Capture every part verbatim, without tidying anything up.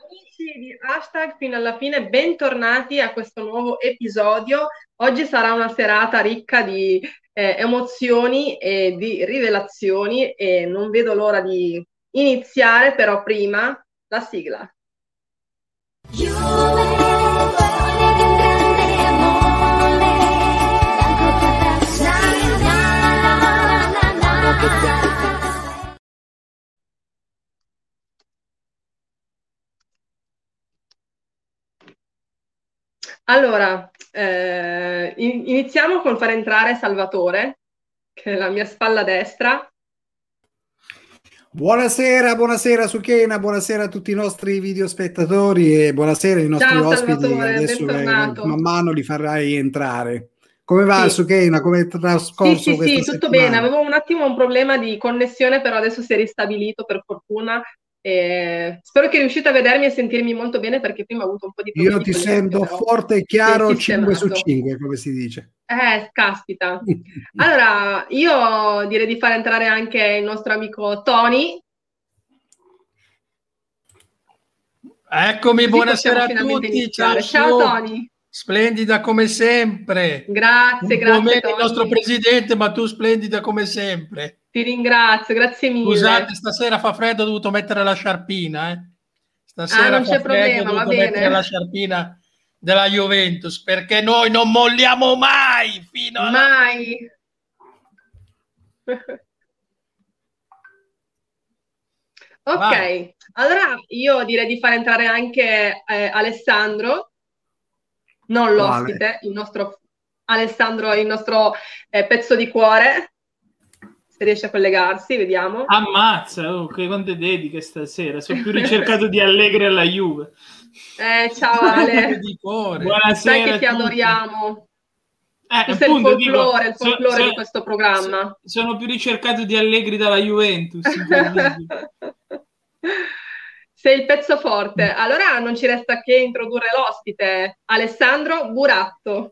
Amici di hashtag fino alla fine, bentornati a questo nuovo episodio. Oggi sarà una serata ricca di eh, emozioni e di rivelazioni e non vedo l'ora di iniziare, però prima la sigla. Allora, eh, in- iniziamo col far entrare Salvatore, che è la mia spalla destra. Buonasera, buonasera Suchena, buonasera a tutti i nostri videospettatori e buonasera ai nostri Ciao ospiti, Salvatore, adesso che man bentornato. mano li farai entrare. Come va Sì. Suchena? Come è Sì, trascorso sì, questa sì, tutto bene. settimana? Avevo un attimo un problema di connessione, però adesso si è ristabilito per fortuna. E spero che riuscite a vedermi e sentirmi molto bene perché prima ho avuto un po' di Io problemi ti connessione, sento però forte e si è chiaro cinque su sistemato. cinque, come si dice. Eh, caspita. Allora, io direi di far entrare anche il nostro amico Tony, Eccomi, così possiamo buonasera a finalmente tutti, ciao iniziare. Ciao Su, Tony. splendida come sempre, Grazie, un po' grazie meno il nostro Tony. presidente, ma tu splendida come sempre. Ti ringrazio, grazie Scusate, mille. stasera fa freddo, ho dovuto mettere la sciarpina, eh. Ah, Stasera non fa c'è freddo, ho problema, va dovuto mettere la bene. sciarpina della Juventus, perché noi non molliamo mai fino alla Mai. Vai. Ok, allora io direi di far entrare anche eh, Alessandro, non Quale? l'ospite, il nostro Alessandro, il nostro eh, pezzo di cuore, se riesce a collegarsi, vediamo. Ammazza, oh, che quante dediche stasera. Sono più ricercato di Allegri alla Juve. Eh, ciao Dediche Ale, di cuore. sai Buonasera che a ti tutti. adoriamo. Eh, Tu sei il appunto, dico, folklore, il so- folklore di so- questo so- programma. sono più ricercato di Allegri dalla Juventus, incredibile. Sei il pezzo forte. Allora non ci resta che introdurre l'ospite, Alessandro Buratto.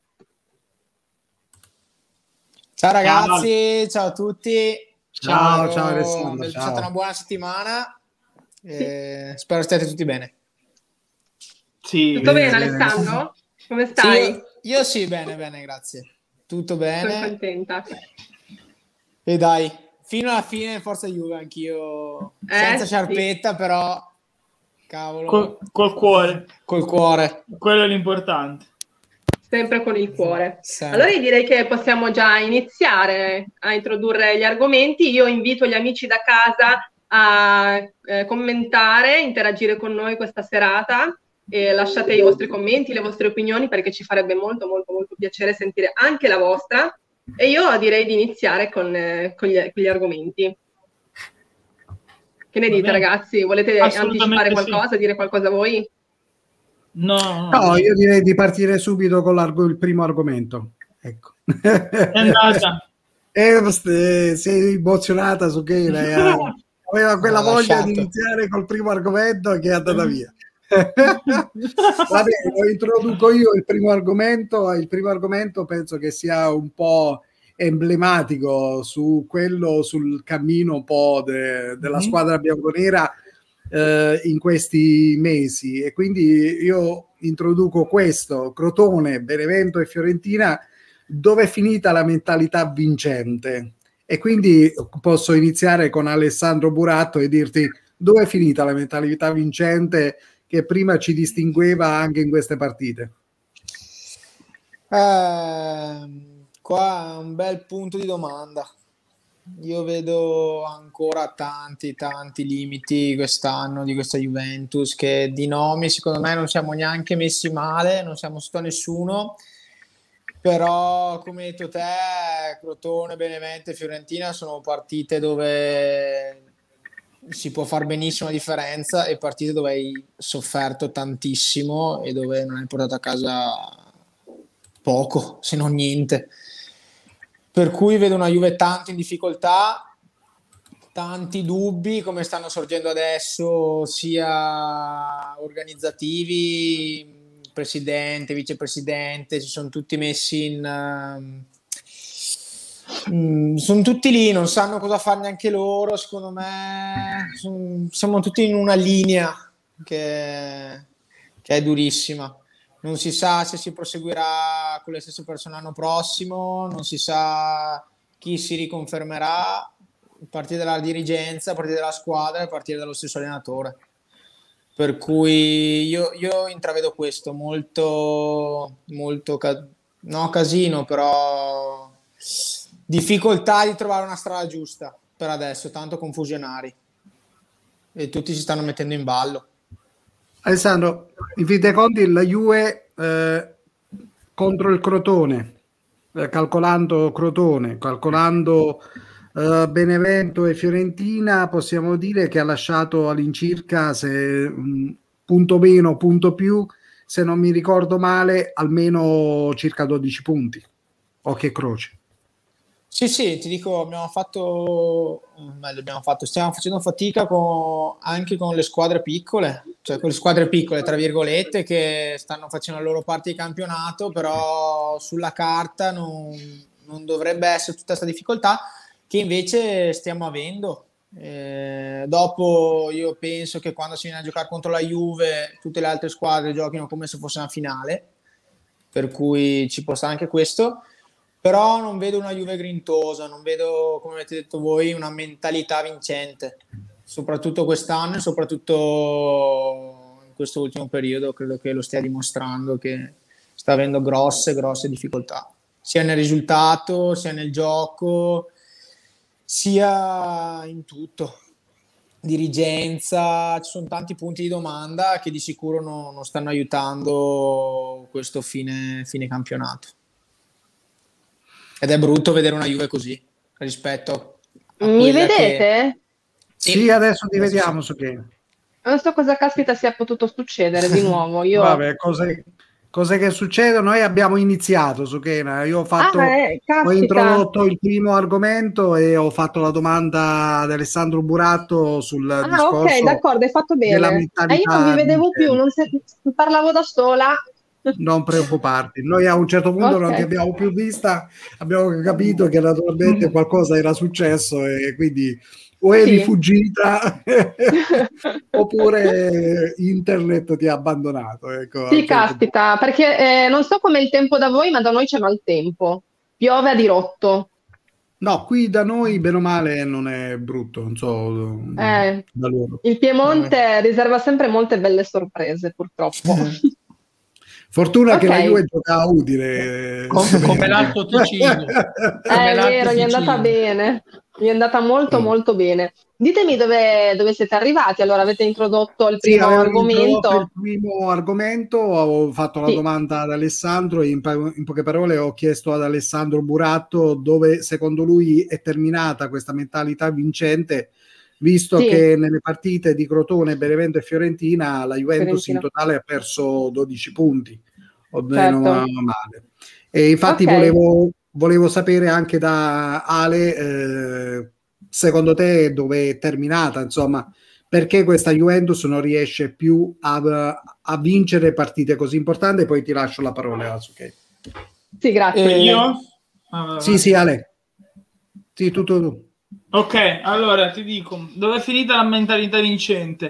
Ciao Ciao. ragazzi, ciao a tutti. Ciao, Ciao. ciao Spero Alessandro, abbia passato una ciao. buona settimana. Sì. Eh, spero stiate tutti bene. Sì, Tutto Bene, bene, bene. Alessandro? Come Sì, stai? io, io sì, bene, bene, grazie. Tutto Sono bene. contenta. E dai, fino alla fine, forza Juve, anch'io senza Eh, sì, sciarpetta, però cavolo, col, col cuore. col cuore, Quello è l'importante. sempre con il cuore. Allora io sempre. direi che possiamo già iniziare a introdurre gli argomenti. Io invito gli amici da casa a eh, commentare, interagire con noi questa serata. E lasciate i vostri commenti, le vostre opinioni perché ci farebbe molto molto molto piacere sentire anche la vostra e io direi di iniziare con, eh, con, gli, con gli argomenti. Che ne Va dite bene. ragazzi? Volete anticipare Assolutamente sì. qualcosa, dire qualcosa voi? No, no, No, no. io direi di partire subito con l'argo- il primo argomento. Ecco. È andata. Eh, eh, sei emozionata Suchena, eh, aveva Mi quella ha voglia di lasciato. iniziare col primo argomento che è andata via. Va bene, lo introduco io il primo argomento. Il primo argomento penso che sia un po' emblematico su quello, sul cammino un po' de, della Mhm. squadra bianconera eh, in questi mesi, e quindi io introduco questo: Crotone, Benevento e Fiorentina, dove è finita la mentalità vincente? E quindi posso iniziare con Alessandro Buratto e dirti dove è finita la mentalità vincente che prima ci distingueva anche in queste partite. Eh, qua è un bel punto di domanda. Io vedo ancora tanti, tanti limiti quest'anno di questa Juventus, che di nomi secondo me non siamo neanche messi male, non siamo sotto a nessuno, però come hai detto te, Crotone, Benevento e Fiorentina sono partite dove si può far benissimo la differenza e partite dove hai sofferto tantissimo e dove non hai portato a casa poco, se non niente. Per cui vedo una Juve tanto in difficoltà, tanti dubbi come stanno sorgendo adesso, sia organizzativi, presidente, vicepresidente, si sono tutti messi in... Uh, mm, sono tutti lì, non sanno cosa fare neanche loro, secondo me son, siamo tutti in una linea, che, che è durissima. Non si sa se si proseguirà con le stesse persone l'anno prossimo, non si sa chi si riconfermerà, a partire dalla dirigenza, a partire dalla squadra, a partire dallo stesso allenatore. Per cui io, io intravedo questo, molto, molto ca- no casino, però difficoltà di trovare una strada giusta per adesso, tanto confusionari. E tutti si stanno mettendo in ballo. Alessandro, in fin dei conti la Juve eh, contro il Crotone, eh, calcolando Crotone, calcolando eh, Benevento e Fiorentina, possiamo dire che ha lasciato all'incirca, se mh, punto meno, punto più, se non mi ricordo male, almeno circa dodici punti. Occhio e croce. Sì, sì, ti dico, abbiamo fatto, meglio abbiamo fatto, stiamo facendo fatica con, anche con le squadre piccole, cioè con le squadre piccole, tra virgolette, che stanno facendo la loro parte di campionato, però sulla carta non, non dovrebbe essere tutta questa difficoltà che invece stiamo avendo. Eh, dopo io penso che quando si viene a giocare contro la Juve tutte le altre squadre giochino come se fosse una finale, per cui ci può stare anche questo. Però non vedo una Juve grintosa, non vedo, come avete detto voi, una mentalità vincente, soprattutto quest'anno e soprattutto in questo ultimo periodo credo che lo stia dimostrando, che sta avendo grosse, grosse difficoltà, sia nel risultato, sia nel gioco, sia in tutto. Dirigenza, ci sono tanti punti di domanda che di sicuro non, non stanno aiutando questo fine, fine campionato. Ed è brutto vedere una Juve così rispetto a Mi vedete? che... Sì, adesso ti vediamo su che. Non so cosa caspita sia potuto succedere di nuovo. Io... Vabbè, cose, cose che succedono. Noi abbiamo iniziato su Kena. Io ho fatto, ah, eh, ho introdotto il primo argomento e ho fatto la domanda ad Alessandro Buratto sul ah, discorso ok, d'accordo, hai fatto della bene. Eh, io non vi mentalità vedevo vincente. più, non se... parlavo da sola. Non preoccuparti, noi a un certo punto Okay. non ti abbiamo più vista, abbiamo capito che naturalmente qualcosa era successo e quindi o eri Sì. fuggita oppure internet ti ha abbandonato. Ecco, Sì, a un certo caspita, perché eh, non so com'è il tempo da voi, ma da noi c'è maltempo. Piove a dirotto. No, qui da noi bene o male non è brutto, non so Eh, da loro. il Piemonte riserva sempre molte belle sorprese, purtroppo. Fortuna Ok. che la Juve gioca a Udine. Com- come l'Alto Ticino. Eh, Come è l'Alto vero, gli è andata Ticino. bene, gli è andata molto Mm. molto bene. Ditemi dove, dove siete arrivati, allora avete introdotto il Sì, primo avevo introdotto il argomento. primo argomento, ho fatto la Sì. domanda ad Alessandro e in, pa- in poche parole ho chiesto ad Alessandro Buratto dove secondo lui è terminata questa mentalità vincente, visto Sì. che nelle partite di Crotone, Benevento e Fiorentina la Juventus Fiorentina. in totale ha perso dodici punti, o meno Certo. male. E infatti Ok. volevo, volevo sapere anche da Ale, eh, secondo te dove è terminata, insomma, perché questa Juventus non riesce più a, a vincere partite così importanti? Poi ti lascio la parola, Asuke. Sì, grazie. E io? Ah, Sì, sì, Ale. Sì, tutto tu. Ok, allora ti dico, dove è finita la mentalità vincente?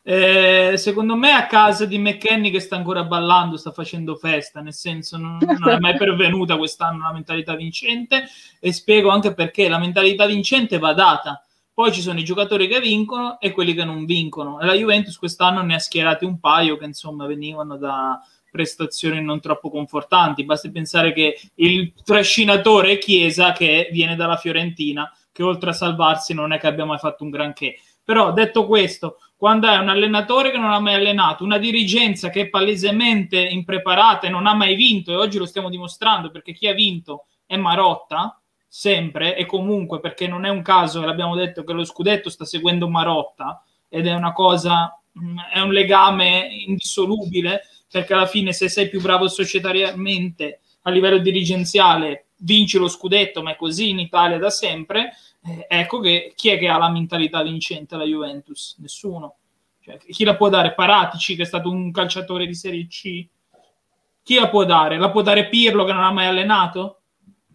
Eh, secondo me a casa di McKennie che sta ancora ballando, sta facendo festa, nel senso non, non è mai pervenuta quest'anno la mentalità vincente, e spiego anche perché la mentalità vincente va data. Poi ci sono i giocatori che vincono e quelli che non vincono, e la Juventus quest'anno ne ha schierati un paio che insomma venivano da prestazioni non troppo confortanti. Basti pensare che il trascinatore è Chiesa, che viene dalla Fiorentina, che oltre a salvarsi non è che abbia mai fatto un granché. Però detto questo, quando è un allenatore che non ha mai allenato, una dirigenza che è palesemente impreparata e non ha mai vinto, e oggi lo stiamo dimostrando perché chi ha vinto è Marotta, sempre e comunque, perché non è un caso, e l'abbiamo detto, che lo scudetto sta seguendo Marotta, ed è una cosa, è un legame indissolubile, perché alla fine se sei più bravo societariamente a livello dirigenziale vinci lo scudetto, ma è così in Italia da sempre. Eh, ecco che chi è che ha la mentalità vincente alla Juventus? Nessuno. Cioè, chi la può dare? Paratici, che è stato un calciatore di Serie C? Chi la può dare? La può dare Pirlo, che non ha mai allenato?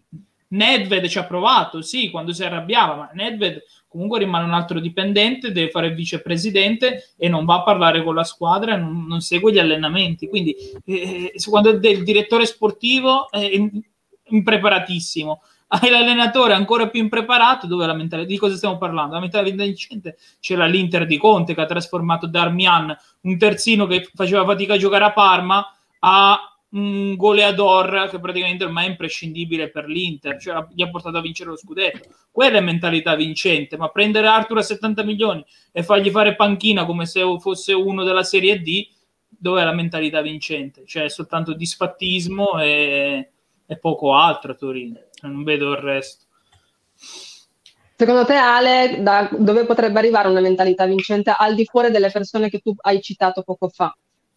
Nedved ci ha provato, sì, quando si arrabbiava, ma Nedved comunque rimane un altro dipendente, deve fare il vicepresidente e non va a parlare con la squadra, non, non segue gli allenamenti. Quindi eh, quando è il direttore sportivo è impreparatissimo, hai l'allenatore ancora più impreparato, dove la mentalità, di cosa stiamo parlando? La mentalità vincente c'era l'Inter di Conte che ha trasformato Darmian, un terzino che faceva fatica a giocare a Parma, a un goleador che praticamente ormai è imprescindibile per l'Inter, cioè gli ha portato a vincere lo scudetto. Quella è mentalità vincente, ma prendere Arthur a settanta milioni e fargli fare panchina come se fosse uno della Serie D, dove è la mentalità vincente? Cioè soltanto disfattismo e, e poco altro a Torino, non vedo il resto. Secondo te, Ale, da dove potrebbe arrivare una mentalità vincente al di fuori delle persone che tu hai citato poco fa?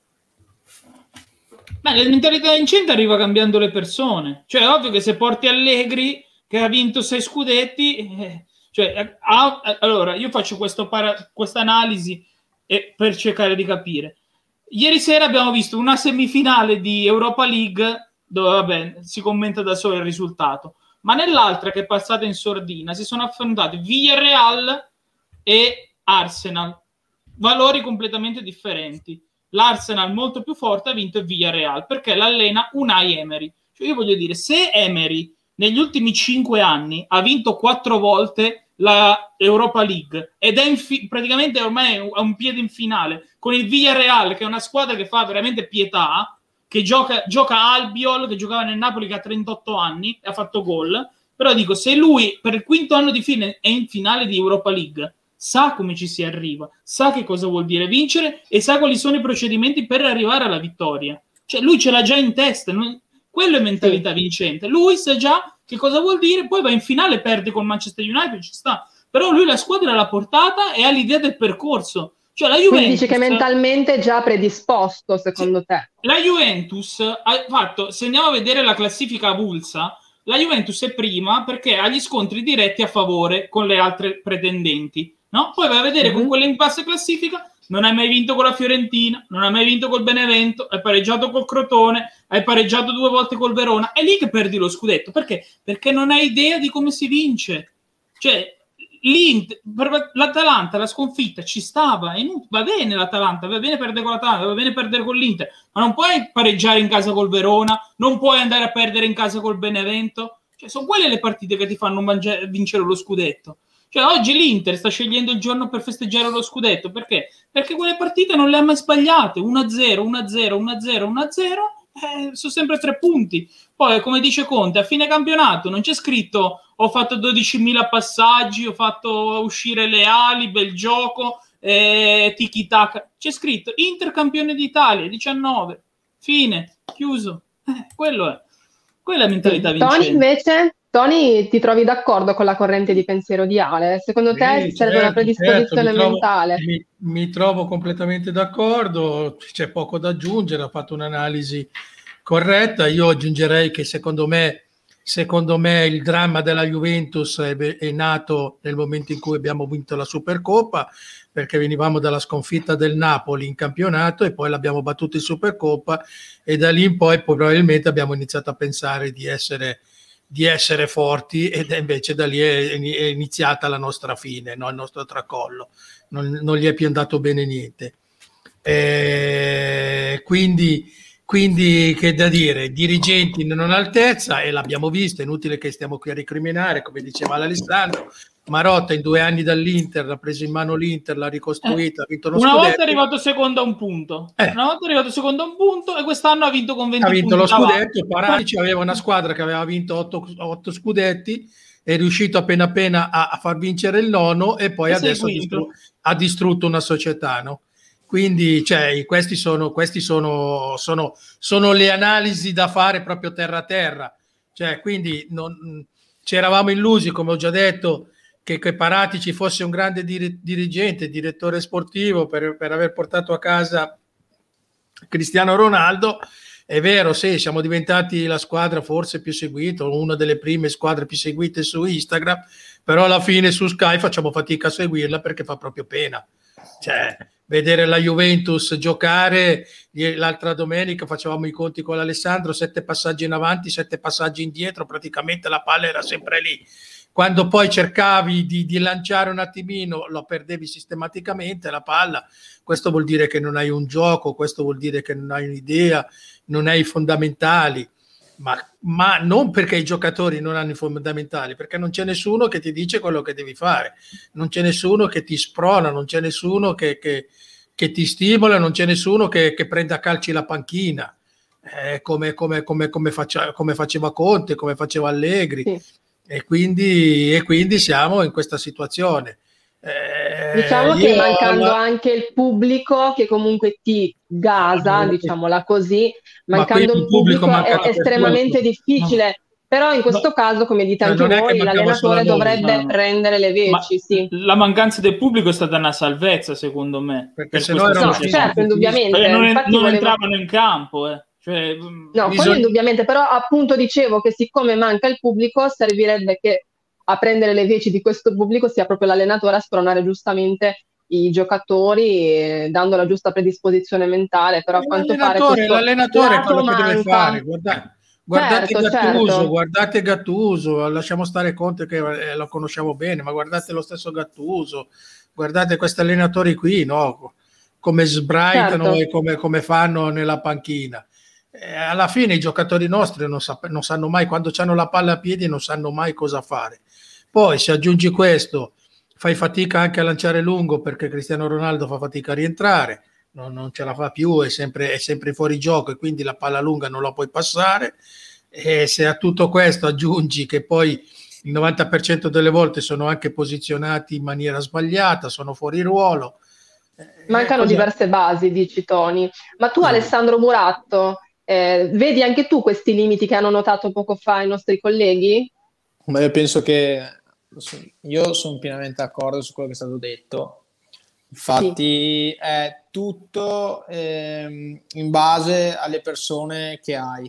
Beh, la mentalità vincente arriva cambiando le persone. Cioè, è ovvio che se porti Allegri, che ha vinto sei scudetti, eh, cioè, ha, allora, io faccio questa analisi eh, per cercare di capire. Ieri sera abbiamo visto una semifinale di Europa League, dove, vabbè, si commenta da solo il risultato, ma nell'altra, che è passata in sordina, si sono affrontati Villarreal e Arsenal, valori completamente differenti. L'Arsenal molto più forte ha vinto il Villarreal perché l'allena Unai Emery. Cioè, io voglio dire, se Emery negli ultimi cinque anni ha vinto quattro volte la Europa League ed è fi- praticamente ormai a un piede in finale con il Villarreal, che è una squadra che fa veramente pietà, che gioca, gioca Albiol, che giocava nel Napoli, che ha trentotto anni e ha fatto gol. Però dico, se lui per il quinto anno di fine è in finale di Europa League, sa come ci si arriva, sa che cosa vuol dire vincere e sa quali sono i procedimenti per arrivare alla vittoria. Cioè lui ce l'ha già in testa, non... quello è mentalità sì. vincente. Lui sa già che cosa vuol dire, poi va in finale, perde con Manchester United, ci sta. Però lui la squadra l'ha portata e ha l'idea del percorso. Cioè la Juventus, quindi dici che mentalmente è già predisposto, secondo sì, te? La Juventus ha fatto, se andiamo a vedere la classifica avulsa, la Juventus è prima perché ha gli scontri diretti a favore con le altre pretendenti. No? Poi vai a vedere mm-hmm. con quelle in bassa classifica, non hai mai vinto con la Fiorentina, non hai mai vinto col Benevento, hai pareggiato col Crotone, hai pareggiato due volte col Verona, è lì che perdi lo scudetto. Perché? Perché non hai idea di come si vince. Cioè, l'Inter, l'Atalanta, la sconfitta ci stava, va bene l'Atalanta, va bene perdere con l'Atalanta, va bene perdere con l'Inter, ma non puoi pareggiare in casa col Verona, non puoi andare a perdere in casa col Benevento. Cioè, sono quelle le partite che ti fanno mangiare, vincere lo scudetto. Cioè, oggi l'Inter sta scegliendo il giorno per festeggiare lo scudetto. Perché? Perché quelle partite non le ha mai sbagliate. uno a zero, uno a zero, uno a zero, uno a zero, eh, sono sempre tre punti. Poi, come dice Conte, a fine campionato non c'è scritto ho fatto dodicimila passaggi, ho fatto uscire le ali, bel gioco, eh, tiki-taka. C'è scritto Inter campione d'Italia, diciannove. Fine, chiuso. Eh, quello è. Quella è la mentalità vincente. Tony, invece... Tony, ti trovi d'accordo con la corrente di pensiero di Ale? Secondo sì, te serve certo, una predisposizione certo, mi mentale? Trovo, mi, mi trovo completamente d'accordo, c'è poco da aggiungere, ha fatto un'analisi corretta. Io aggiungerei che secondo me, secondo me il dramma della Juventus è, è nato nel momento in cui abbiamo vinto la Supercoppa, perché venivamo dalla sconfitta del Napoli in campionato e poi l'abbiamo battuto in Supercoppa e da lì in poi probabilmente abbiamo iniziato a pensare di essere di essere forti ed invece da lì è, è iniziata la nostra fine, no? Il nostro tracollo, non, non gli è più andato bene niente. E quindi, quindi che da dire, dirigenti non all'altezza, e l'abbiamo visto, è inutile che stiamo qui a ricriminare, come diceva l'Alessandro. Marotta in due anni dall'Inter l'ha preso in mano l'Inter, l'ha ricostruita, ha vinto lo una scudetto. Volta è arrivato secondo a un punto eh. una volta è arrivato secondo a un punto e quest'anno ha vinto con venti ha vinto punti lo scudetto. Paratici aveva una squadra che aveva vinto otto scudetti, è riuscito appena appena a, a far vincere il nono e poi e adesso ha, distru- ha distrutto una società, no? Quindi cioè, questi, sono, questi sono, sono, sono le analisi da fare proprio terra a terra, cioè, quindi non, ci eravamo illusi, come ho già detto, che, che Paratici fosse un grande dir- dirigente, direttore sportivo per, per aver portato a casa Cristiano Ronaldo. È vero, sì, siamo diventati la squadra forse più seguita, una delle prime squadre più seguite su Instagram, però alla fine su Sky facciamo fatica a seguirla perché fa proprio pena. Cioè, vedere la Juventus giocare. L'altra domenica facevamo i conti con l'Alessandro, sette passaggi in avanti, sette passaggi indietro, praticamente la palla era sempre lì. Quando poi cercavi di, di lanciare un attimino, lo perdevi sistematicamente la palla. Questo vuol dire che non hai un gioco, questo vuol dire che non hai un'idea, non hai i fondamentali, ma, ma non perché i giocatori non hanno i fondamentali, perché non c'è nessuno che ti dice quello che devi fare, non c'è nessuno che ti sprona, non c'è nessuno che, che, che ti stimola, non c'è nessuno che, che prenda a calci la panchina, eh, come, come, come, come, faccia, come faceva Conte, come faceva Allegri. Sì. E quindi, e quindi siamo in questa situazione. Eh, diciamo che mancando la... anche il pubblico che comunque ti gasa, ah, diciamola così, mancando il pubblico, pubblico è estremamente difficile. No. Però in questo no. caso, come dite anche voi, l'allenatore dovrebbe no. prendere le veci. Ma sì. La mancanza del pubblico è stata una salvezza, secondo me. Perché per se no erano no, certo, indubbiamente. Non, non volevo... entravano in campo, eh. Cioè, no, bisogna... quello indubbiamente, però appunto dicevo che siccome manca il pubblico servirebbe che a prendere le veci di questo pubblico sia proprio l'allenatore a spronare giustamente i giocatori eh, dando la giusta predisposizione mentale, però a quanto pare questo l'allenatore è quello che deve fare. Guardate, guardate certo, Gattuso, certo. guardate Gattuso, lasciamo stare Conte che eh, lo conosciamo bene, ma guardate lo stesso Gattuso, guardate questi allenatori qui, no? Come sbraitano certo. e come, come fanno nella panchina. Eh, alla fine i giocatori nostri non, sa- non sanno mai, quando hanno la palla a piedi non sanno mai cosa fare. Poi se aggiungi questo fai fatica anche a lanciare lungo perché Cristiano Ronaldo fa fatica a rientrare, non, non ce la fa più, è sempre, è sempre fuori gioco e quindi la palla lunga non la puoi passare. E se a tutto questo aggiungi che poi il novanta per cento delle volte sono anche posizionati in maniera sbagliata, sono fuori ruolo. Mancano eh, diverse basi, dici Tony. Ma tu, Alessandro Muratto, eh, vedi anche tu questi limiti che hanno notato poco fa i nostri colleghi? Ma io penso che io sono pienamente d'accordo su quello che è stato detto. Infatti sì. È tutto ehm, in base alle persone che hai.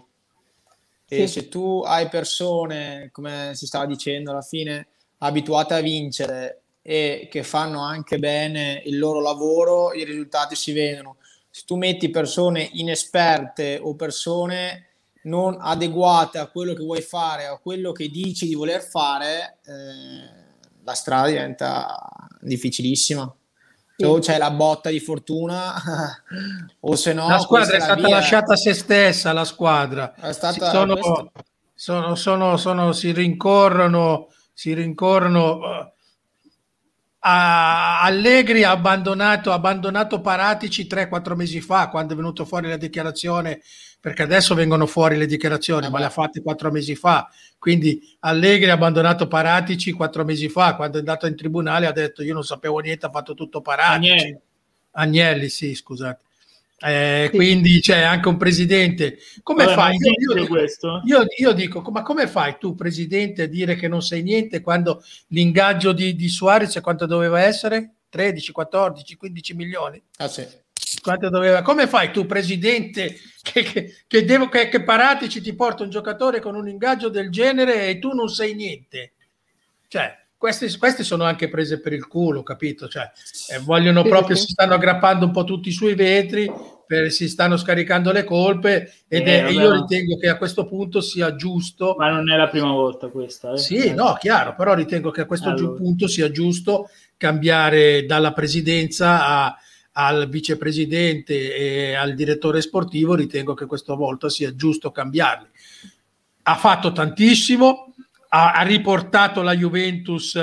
E sì. Se tu hai persone, come si stava dicendo alla fine, abituate a vincere e che fanno anche bene il loro lavoro, i risultati si vedono. Se tu metti persone inesperte o persone non adeguate a quello che vuoi fare, a quello che dici di voler fare, eh, la strada diventa difficilissima. Sì. O c'è la botta di fortuna o se no la squadra è stata via. lasciata a se stessa, la squadra è stata, sono, sono, sono, sono, si rincorrono si rincorrono a Allegri ha abbandonato, abbandonato Paratici tre quattro mesi fa, quando è venuto fuori la dichiarazione, perché adesso vengono fuori le dichiarazioni, eh ma le ha fatte quattro mesi fa. Quindi Allegri ha abbandonato Paratici quattro mesi fa, quando è andato in tribunale ha detto io non sapevo niente, ha fatto tutto Paratici. Agnelli, Agnelli sì, scusate. Eh, sì. Quindi c'è anche un presidente. Come Vabbè, fai? Io, io, questo? Io, io dico, ma come fai tu, presidente, a dire che non sai niente quando l'ingaggio di, di Suarez quanto doveva essere? tredici, quattordici, quindici milioni? Ah sì. Quanto doveva? Come fai tu, presidente, che, che, che, devo, che, che Paratici ti porta un giocatore con un ingaggio del genere e tu non sai niente? Cioè, queste, queste sono anche prese per il culo, capito? Cioè, eh, vogliono sì, proprio, sì. si stanno aggrappando un po' tutti sui vetri, per, si stanno scaricando le colpe ed eh, è, io ritengo che a questo punto sia giusto. Ma non è la prima volta questa. Eh? Sì, eh. no, chiaro, però ritengo che a questo allora. punto sia giusto cambiare dalla presidenza a, al vicepresidente e al direttore sportivo, ritengo che questa volta sia giusto cambiarli. Ha fatto tantissimo, ha, ha riportato la Juventus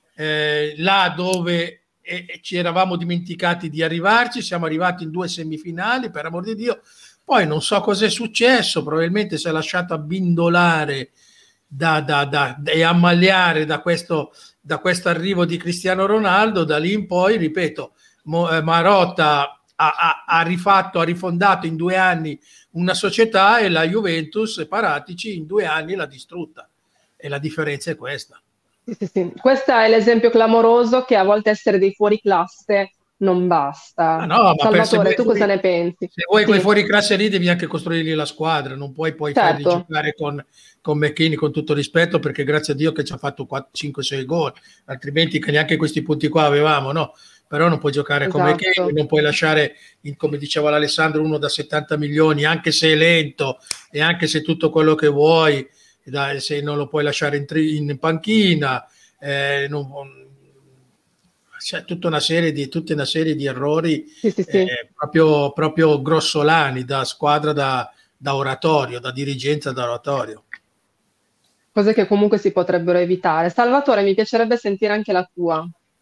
eh, là dove e ci eravamo dimenticati di arrivarci, siamo arrivati in due semifinali, per amor di Dio, poi non so cosa è successo, probabilmente si è lasciato abbindolare da, da, da, e ammaliare da questo, da questo arrivo di Cristiano Ronaldo, da lì in poi, ripeto, Mo, eh, Marotta ha, ha, ha rifatto, ha rifondato in due anni una società e la Juventus, Paratici, in due anni l'ha distrutta, e la differenza è questa. Sì, sì, sì. Questo è l'esempio clamoroso che a volte essere dei fuori classe non basta. Ah no, ma Salvatore, tu fuori, cosa ne pensi? Se vuoi sì. quei fuori classe lì devi anche costruirgli la squadra, non puoi poi certo. farli giocare con, con McKennie, con tutto rispetto, perché grazie a Dio che ci ha fatto cinque sei gol, altrimenti che neanche questi punti qua avevamo, no? però non puoi giocare esatto. come Kane, non puoi lasciare, in, come diceva l'Alessandro, uno da settanta milioni, anche se è lento e anche se tutto quello che vuoi, da, se non lo puoi lasciare in, tri, in panchina, eh, non, c'è tutta una serie di, tutta una serie di errori sì, sì, sì. Eh, proprio, proprio grossolani da squadra, da, da oratorio, da dirigenza da oratorio. Cose che comunque si potrebbero evitare. Salvatore, mi piacerebbe sentire anche la tua.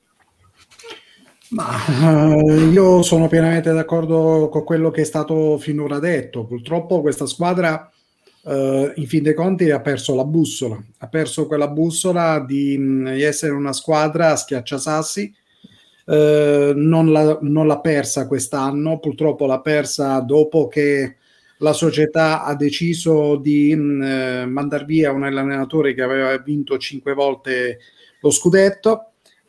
Ma uh, io sono pienamente d'accordo con quello che è stato finora detto. Purtroppo questa squadra uh, in fin dei conti ha perso la bussola, ha perso quella bussola di, di essere una squadra a schiacciasassi. Uh, non, l'ha, non l'ha persa quest'anno, purtroppo l'ha persa dopo che la società ha deciso di uh, mandar via un allenatore che aveva vinto cinque volte lo scudetto, Uh,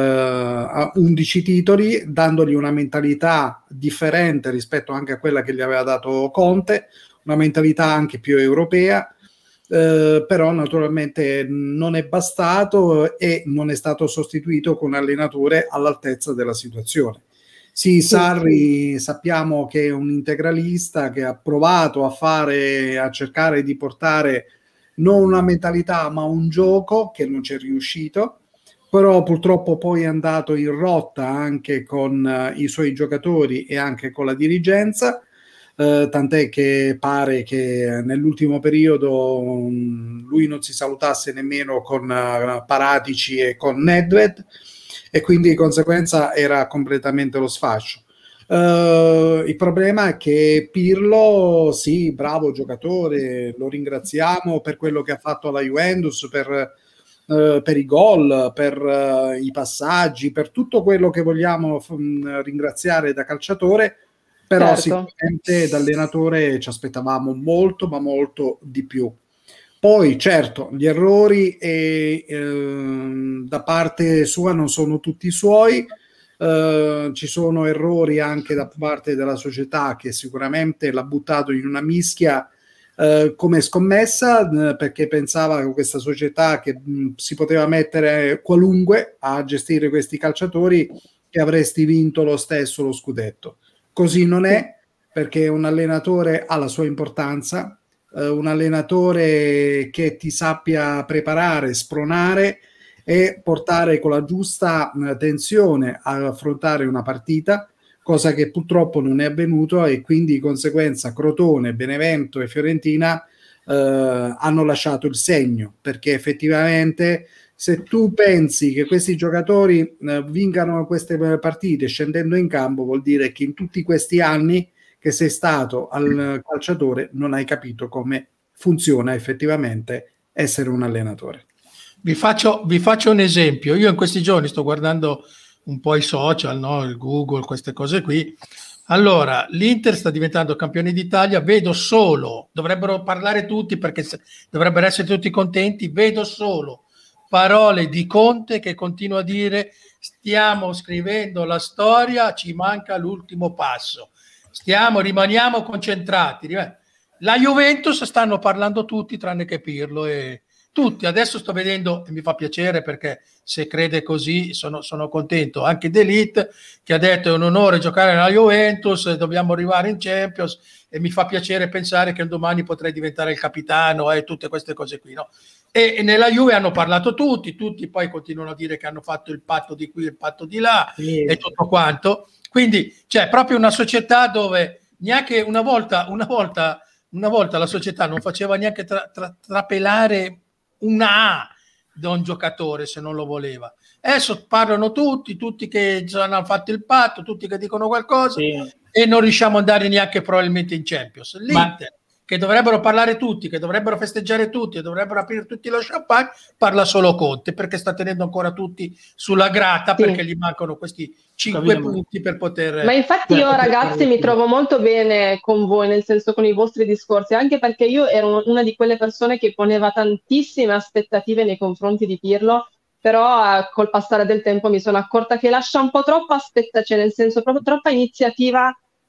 a undici titoli, dandogli una mentalità differente rispetto anche a quella che gli aveva dato Conte, una mentalità anche più europea, uh, però naturalmente non è bastato e non è stato sostituito con un allenatore all'altezza della situazione. Sì, Sarri sappiamo che è un integralista che ha provato a fare, a cercare di portare non una mentalità ma un gioco che non ci è riuscito, però purtroppo poi è andato in rotta anche con uh, i suoi giocatori e anche con la dirigenza, uh, tant'è che pare che nell'ultimo periodo um, lui non si salutasse nemmeno con uh, Paratici e con Nedved, e quindi di conseguenza era completamente lo sfascio. Uh, il problema è che Pirlo, sì, bravo giocatore, lo ringraziamo per quello che ha fatto alla Juventus, per Uh, per i gol, per uh, i passaggi, per tutto quello che vogliamo f- ringraziare da calciatore, però certo. sicuramente da allenatore ci aspettavamo molto, ma molto di più. Poi certo, gli errori e, eh, da parte sua non sono tutti suoi, eh, ci sono errori anche da parte della società che sicuramente l'ha buttato in una mischia Uh, come scommessa, uh, perché pensava che questa società che mh, si poteva mettere qualunque a gestire questi calciatori, che avresti vinto lo stesso lo scudetto. Così non è, perché un allenatore ha la sua importanza, uh, un allenatore che ti sappia preparare, spronare e portare con la giusta uh, tensione ad affrontare una partita, cosa che purtroppo non è avvenuto, e quindi di conseguenza Crotone, Benevento e Fiorentina eh, hanno lasciato il segno, perché effettivamente se tu pensi che questi giocatori eh, vincano queste partite scendendo in campo, vuol dire che in tutti questi anni che sei stato al calciatore non hai capito come funziona effettivamente essere un allenatore. Vi faccio, vi faccio un esempio. Io in questi giorni sto guardando un po' i social, no? Il Google, queste cose qui. Allora, l'Inter sta diventando campione d'Italia, vedo solo, dovrebbero parlare tutti perché se, dovrebbero essere tutti contenti, vedo solo parole di Conte che continua a dire stiamo scrivendo la storia, ci manca l'ultimo passo, stiamo, rimaniamo concentrati. La Juventus stanno parlando tutti tranne che Pirlo e tutti. Adesso sto vedendo, e mi fa piacere perché se crede così sono, sono contento, anche D'Elite che ha detto è un onore giocare nella Juventus, dobbiamo arrivare in Champions, e mi fa piacere pensare che un domani potrei diventare il capitano e eh, tutte queste cose qui, no? E, e nella Juve hanno parlato tutti, tutti poi continuano a dire che hanno fatto il patto di qui, il patto di là sì. E tutto quanto, quindi c'è proprio una società dove neanche una volta, una volta, una volta la società non faceva neanche tra, tra, trapelare una A da un giocatore se non lo voleva. Adesso parlano tutti, tutti che hanno fatto il patto, tutti che dicono qualcosa sì. E non riusciamo ad andare neanche probabilmente in Champions. L'Inter, ma... che dovrebbero parlare tutti, che dovrebbero festeggiare tutti, che dovrebbero aprire tutti lo champagne, parla solo Conte perché sta tenendo ancora tutti sulla grata, sì. Perché gli mancano questi cinque Capito. punti per poter... Ma infatti io ragazzi mi trovo molto bene con voi, nel senso con i vostri discorsi, anche perché io ero una di quelle persone che poneva tantissime aspettative nei confronti di Pirlo, però eh, col passare del tempo mi sono accorta che lascia un po' troppa aspettazione, nel senso proprio troppa iniziativa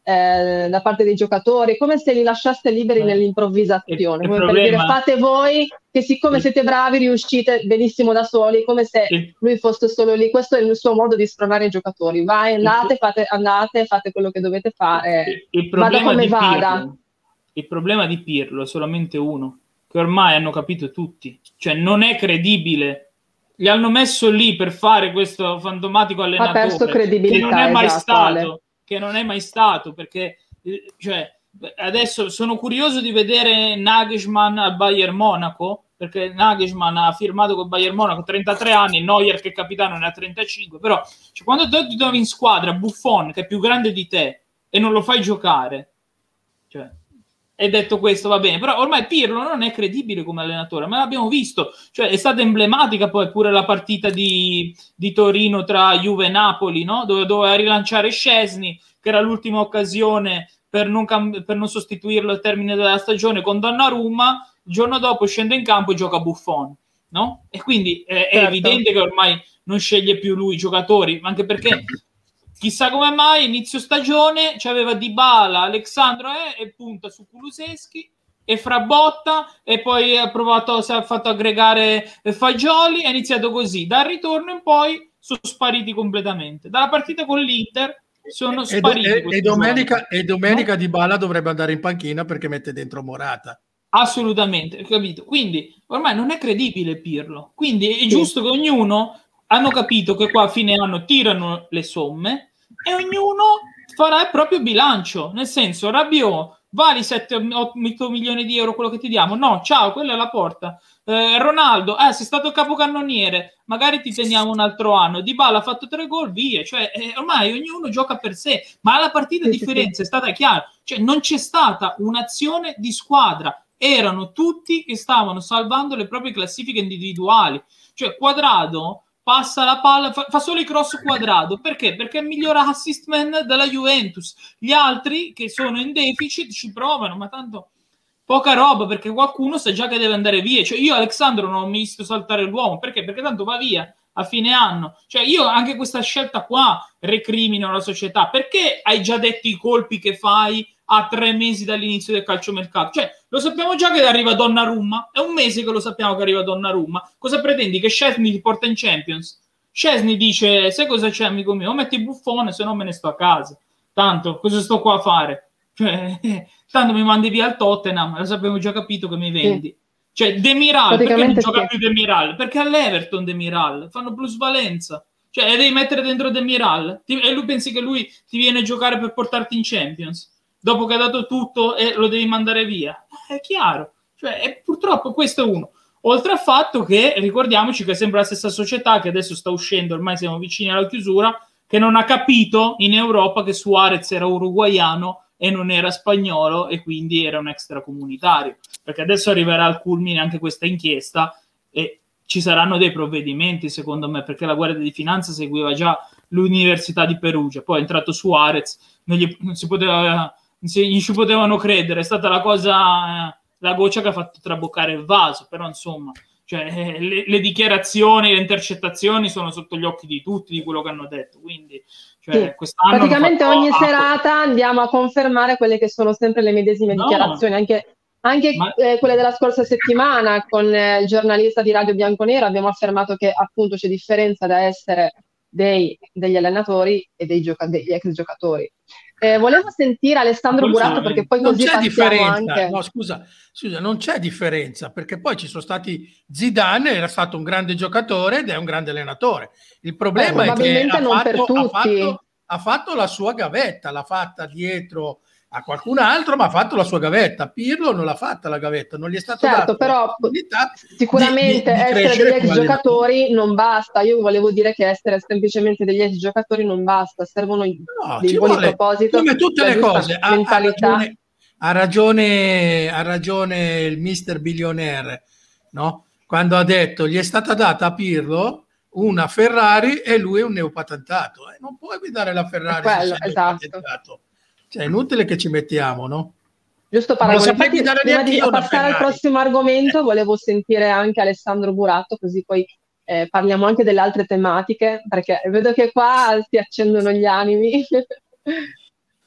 eh, da parte dei giocatori, come se li lasciaste liberi eh. nell'improvvisazione, il, il come problema... per dire fate voi che siccome il... siete bravi riuscite benissimo da soli, come se il... lui fosse solo lì. Questo è il suo modo di spronare i giocatori. Vai, andate, il... fate, andate, fate quello che dovete fare, il, il problema vada come di vada. Pirlo, il problema di Pirlo è solamente uno, che ormai hanno capito tutti, cioè non è credibile. Li hanno messo lì per fare questo fantomatico allenatore ha perso credibilità, che non è mai esatto, stato Ale. che non è mai stato perché cioè, adesso sono curioso di vedere Nagelsmann al Bayern Monaco, perché Nagelsmann ha firmato col Bayern Monaco trentatré anni, Neuer che è capitano ne ha trentacinque, però cioè, quando tu trovi in squadra Buffon che è più grande di te e non lo fai giocare, cioè e detto questo va bene, però ormai Pirlo non è credibile come allenatore, ma l'abbiamo visto, cioè è stata emblematica poi pure la partita di, di Torino tra Juve e Napoli, no? Dove doveva rilanciare Szczesny, che era l'ultima occasione per non, cam- per non sostituirlo al termine della stagione con Donnarumma, il giorno dopo scende in campo e gioca Buffon, no? E quindi è, è certo. evidente che ormai non sceglie più lui i giocatori, anche perché chissà come mai inizio stagione c'aveva Dybala, Alexandro eh, e punta su Kulusevski e Frabotta e poi ha provato, si è fatto aggregare Fagioli, è iniziato così, dal ritorno in poi sono spariti completamente, dalla partita con l'Inter sono spariti e, e, e domenica, e domenica no? Dybala dovrebbe andare in panchina perché mette dentro Morata. Assolutamente, capito? Quindi ormai non è credibile Pirlo, quindi è giusto che ognuno hanno capito che qua a fine anno tirano le somme e ognuno farà il proprio bilancio, nel senso Rabiot vali sette otto milioni di euro quello che ti diamo, no, ciao, quella è la porta. eh, Ronaldo, eh, sei stato capocannoniere, magari ti teniamo un altro anno. Dybala ha fatto tre gol, via, cioè eh, ormai ognuno gioca per sé, ma la partita di Firenze è stata chiara, cioè non c'è stata un'azione di squadra, erano tutti che stavano salvando le proprie classifiche individuali, cioè Quadrado passa la palla, fa, fa solo i cross Quadrado, perché? Perché è il miglior assist man della Juventus, gli altri che sono in deficit ci provano, ma tanto poca roba, perché qualcuno sa già che deve andare via, cioè io Alexandro non ho visto saltare l'uomo, perché? Perché tanto va via a fine anno, cioè io anche questa scelta qua recrimino la società, perché hai già detto i colpi che fai a tre mesi dall'inizio del calciomercato, cioè lo sappiamo già che arriva Donnarumma, è un mese che lo sappiamo che arriva Donnarumma, cosa pretendi? Che Szczesny ti porta in Champions? Szczesny dice, sai cosa c'è amico mio? Metti Buffone, se no me ne sto a casa, tanto cosa sto qua a fare? Cioè, tanto mi mandi via al Tottenham, lo sappiamo già capito che mi vendi. Sì. Cioè Demiral, perché non gioca sì. più Demiral? Perché all'Everton Demiral fanno plusvalenza, cioè devi mettere dentro Demiral ti, e lui pensi che lui ti viene a giocare per portarti in Champions dopo che ha dato tutto e lo devi mandare via, è chiaro, cioè e purtroppo questo è uno, oltre al fatto che ricordiamoci che è sempre la stessa società che adesso sta uscendo, ormai siamo vicini alla chiusura, che non ha capito in Europa che Suarez era uruguaiano e non era spagnolo e quindi era un extracomunitario, perché adesso arriverà al culmine anche questa inchiesta e ci saranno dei provvedimenti secondo me, perché la Guardia di Finanza seguiva già l'Università di Perugia, poi è entrato Suarez, non, gli, non si poteva, non si, gli ci potevano credere, è stata la cosa, eh, la goccia che ha fatto traboccare il vaso, però insomma cioè, eh, le, le dichiarazioni, le intercettazioni sono sotto gli occhi di tutti di quello che hanno detto, quindi cioè, sì. praticamente ogni a... serata andiamo a confermare quelle che sono sempre le medesime no. dichiarazioni, anche, anche Ma... eh, quelle della scorsa settimana con eh, il giornalista di Radio Bianconero abbiamo affermato che appunto c'è differenza da essere dei, degli allenatori e dei gioca- degli ex giocatori. Eh, volevo sentire Alessandro Buratto perché poi così non c'è differenza. Anche... No, scusa, scusa, non c'è differenza perché poi ci sono stati Zidane, era stato un grande giocatore ed è un grande allenatore. Il problema Beh, è che ha non fatto, per tutti. Ha, fatto, ha fatto la sua gavetta, l'ha fatta dietro a qualcun altro, ma ha fatto la sua gavetta. Pirlo non l'ha fatta la gavetta, non gli è stato certo, dato però la possibilità sicuramente di, di, di essere degli ex giocatori allenatore. non basta. Io volevo dire che essere semplicemente degli ex giocatori non basta, servono no, dei buoni vuole, propositi, come tutte le cose. Ha, ha, ragione, ha ragione, ha ragione il mister Billionaire, no? Quando ha detto gli è stata data a Pirlo una Ferrari e lui è un neopatentato. Eh, non puoi guidare la Ferrari quello, se sei esatto. neopatentato. Cioè, è inutile che ci mettiamo, no? Giusto paragone. Infatti, prima di passare al prossimo argomento, volevo sentire anche Alessandro Buratto, così poi eh, parliamo anche delle altre tematiche, perché vedo che qua si accendono gli animi.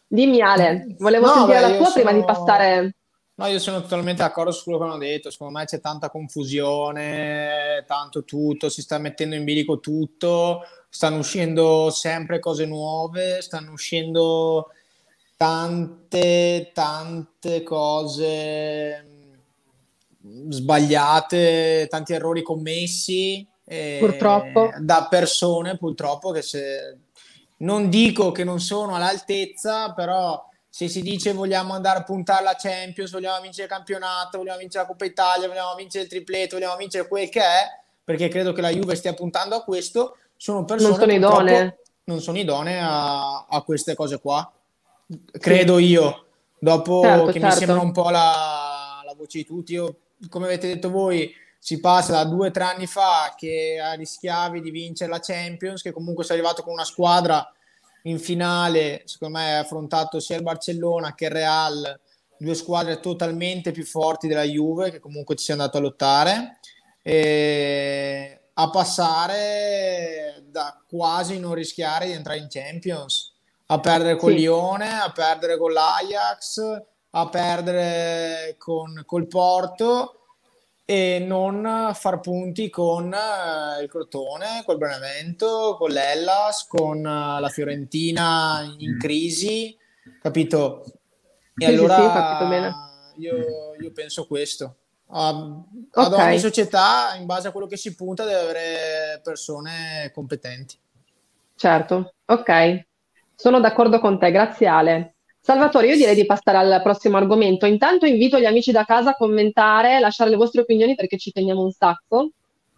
Dimmi Ale, volevo No, sentire beh, la io tua prima sono- di passare. No, io sono totalmente d'accordo su quello che hanno detto. Secondo me c'è tanta confusione, tanto tutto, si sta mettendo in bilico tutto, stanno uscendo sempre cose nuove, stanno uscendo tante, tante cose mh, sbagliate, tanti errori commessi eh, Purtroppo. da persone, purtroppo, che se non dico che non sono all'altezza, però se si dice vogliamo andare a puntare alla Champions, vogliamo vincere il campionato, vogliamo vincere la Coppa Italia, vogliamo vincere il tripletto, vogliamo vincere quel che è, perché credo che la Juve stia puntando a questo, sono persone Non sono purtroppo idonee. non sono idonee a, a queste cose qua. Credo io, dopo Certo, che mi certo. sembra un po' la, la voce di tutti. Io, come avete detto voi, si passa da due o tre anni fa che rischiavi di vincere la Champions, che comunque sei arrivato con una squadra in finale, secondo me ha affrontato sia il Barcellona che il Real, due squadre totalmente più forti della Juve, che comunque ci sei andato a lottare, e a passare da quasi non rischiare di entrare in Champions, a perdere con Sì. Lione, a perdere con l'Ajax, a perdere con col Porto e non far punti con eh, il Crotone, col Benevento, con l'Hellas, con eh, la Fiorentina in crisi, capito? E Sì, sì, sì, allora capito bene. io, io penso questo. A- ad Ok. ogni società, in base a quello che si punta, deve avere persone competenti. Certo, ok, sono d'accordo con te, grazie Ale. Salvatore, io direi di passare al prossimo argomento. Intanto invito gli amici da casa a commentare, lasciare le vostre opinioni perché ci teniamo un sacco.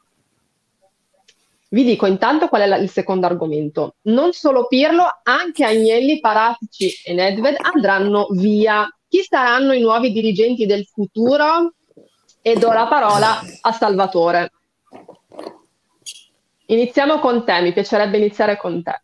Vi dico intanto qual è la- il secondo argomento. Non solo Pirlo, anche Agnelli, Paratici e Nedved andranno via. Chi saranno i nuovi dirigenti del futuro? E do la parola a Salvatore. Iniziamo con te, mi piacerebbe iniziare con te.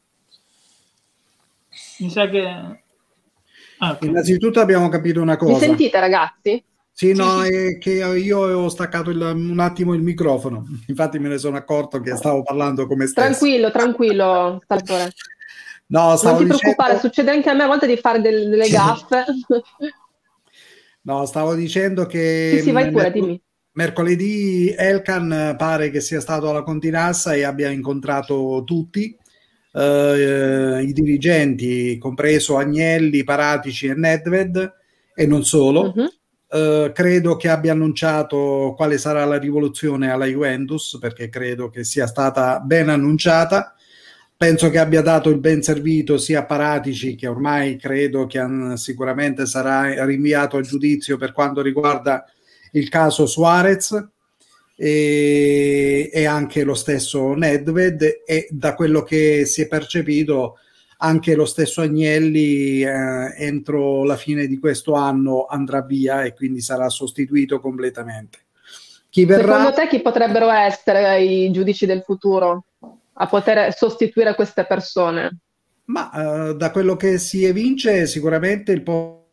Mi sa che... Ah, ok. Innanzitutto abbiamo capito una Mi cosa. sentite, ragazzi? Sì, no, Sì, sì. è che io ho staccato il- un attimo il microfono, infatti me ne sono accorto che stavo parlando come stesso. Tranquillo, tranquillo, Salvatore. No, Non stavo ti preoccupare, dicendo, succede anche a me a volte di fare del- delle gaffe. no, stavo dicendo che Sì, sì, vai mh, pure, mercol- dimmi. mercoledì Elkan pare che sia stato alla Continassa e abbia incontrato tutti, eh, i dirigenti, compreso Agnelli, Paratici e Nedved, e non solo. Mhm. Uh, credo che abbia annunciato quale sarà la rivoluzione alla Juventus, perché credo che sia stata ben annunciata. Penso che abbia dato il ben servito sia a Paratici, che ormai credo che an- sicuramente sarà rinviato a giudizio per quanto riguarda il caso Suarez, e, e anche lo stesso Nedved, e da quello che si è percepito anche lo stesso Agnelli eh, entro la fine di questo anno andrà via e quindi sarà sostituito completamente. Chi verrà? Secondo te chi potrebbero essere i giudici del futuro a poter sostituire queste persone? Ma eh, da quello che si evince sicuramente il po-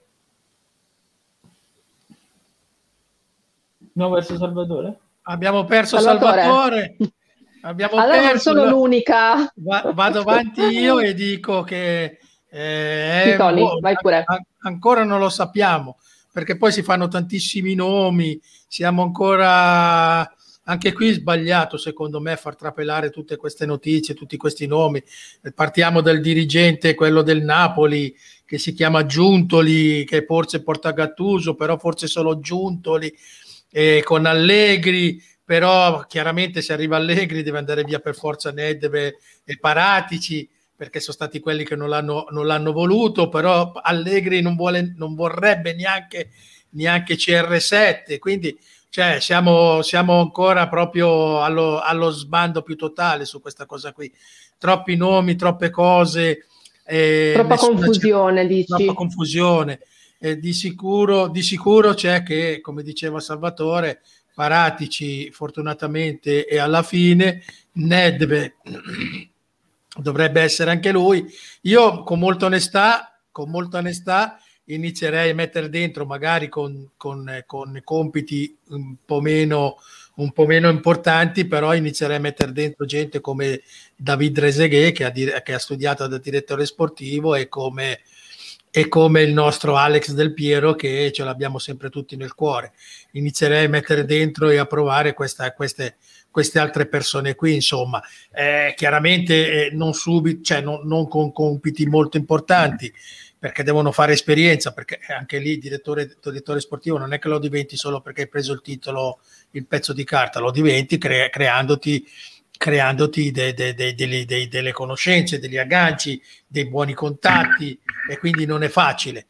Andiamo verso Salvatore? Abbiamo perso Salvatore? Salvatore. Abbiamo Allora non perso. sono l'unica. Va- vado avanti io e dico che eh, Sì, è, Tony, boh, vai pure. an- ancora non lo sappiamo, perché poi si fanno tantissimi nomi, siamo ancora anche qui sbagliato secondo me far trapelare tutte queste notizie, tutti questi nomi. Eh, Partiamo dal dirigente, quello del Napoli, che si chiama Giuntoli, che forse porta Gattuso, però forse solo Giuntoli, e con Allegri, però chiaramente se arriva Allegri deve andare via per forza Nedved e Paratici, perché sono stati quelli che non l'hanno, non l'hanno voluto, però Allegri non, vuole, non vorrebbe neanche, neanche C R sette, quindi cioè, siamo, siamo ancora proprio allo, allo sbando più totale su questa cosa qui. Troppi nomi, troppe cose, eh, Troppa nessuna confusione, troppa dici? confusione. Eh, di sicuro, di sicuro c'è che, come diceva Salvatore, Paratici fortunatamente e alla fine Nedved dovrebbe essere anche lui. Io con molta onestà, con molta onestà inizierei a mettere dentro magari con, con, con compiti un po' meno un po' meno importanti, però inizierei a mettere dentro gente come David Trezeguet, che ha, che ha studiato da direttore sportivo, e come, e come il nostro Alex Del Piero, che ce l'abbiamo sempre tutti nel cuore. Inizierei a mettere dentro e a provare questa, queste, queste altre persone qui, insomma. Eh, chiaramente eh, non subito, cioè non, non con compiti molto importanti, perché devono fare esperienza, perché anche lì direttore, direttore sportivo non è che lo diventi solo perché hai preso il titolo, il pezzo di carta, lo diventi cre- creandoti, creandoti de- de- de- de- de- delle conoscenze, degli agganci, dei buoni contatti, e quindi non è facile.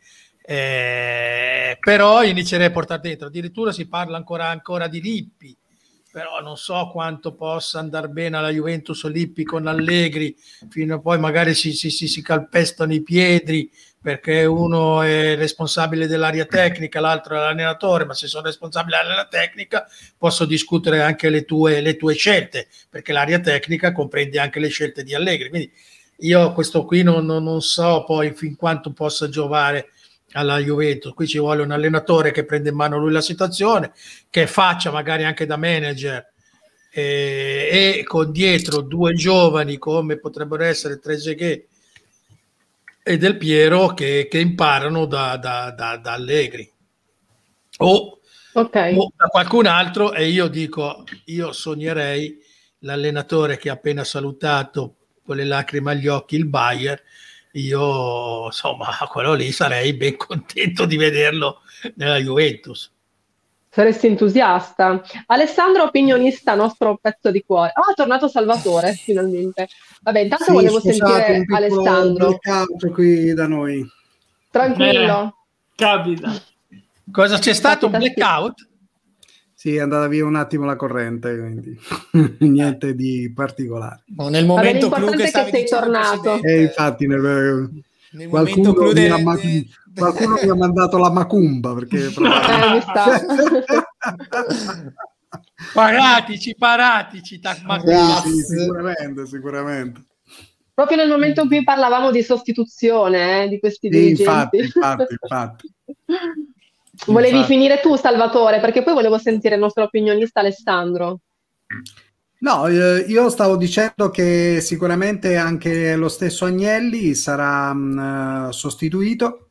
Eh, però inizierei a portare dentro, addirittura si parla ancora, ancora di Lippi, però non so quanto possa andare bene alla Juventus Lippi con Allegri, fino a poi magari si, si, si, si calpestano i piedi, perché uno è responsabile dell'area tecnica, l'altro è l'allenatore, ma se sono responsabile dell'area tecnica posso discutere anche le tue, le tue scelte, perché l'area tecnica comprende anche le scelte di Allegri. Quindi io questo qui non, non, non so poi fin quanto possa giovare alla Juventus. Qui ci vuole un allenatore che prende in mano lui la situazione, che faccia magari anche da manager, eh, e con dietro due giovani come potrebbero essere Trezeguet e Del Piero, che, che imparano da, da, da, da Allegri o, okay. o da qualcun altro. E io dico, io sognerei l'allenatore che ha appena salutato con le lacrime agli occhi il Bayern. Io insomma quello lì sarei ben contento di vederlo nella Juventus. Saresti entusiasta. Alessandro, opinionista, nostro pezzo di cuore. Ah, oh, è tornato Salvatore, finalmente. Vabbè, intanto sì, volevo scusate, sentire un piccolo Alessandro. blackout qui da noi. Tranquillo. Eh, capita. Cosa c'è stato? Capita, un blackout? Sì, è andata via un attimo la corrente, quindi niente di particolare. No, nel momento Vabbè, clou che è stavi che sei dicendo, tornato. E infatti nel, nel qualcuno, momento clou mi de, ha, de... qualcuno mi ha mandato la macumba, perché Eh, mi sta. Paratici, paratici. Sì, sì, sicuramente, sicuramente. Proprio nel momento in cui parlavamo di sostituzione eh, di questi Sì, dirigenti. infatti, infatti, infatti. Volevi Infatti. finire tu, Salvatore, perché poi volevo sentire il nostro opinionista Alessandro. No, eh, io stavo dicendo che sicuramente anche lo stesso Agnelli sarà mh, sostituito,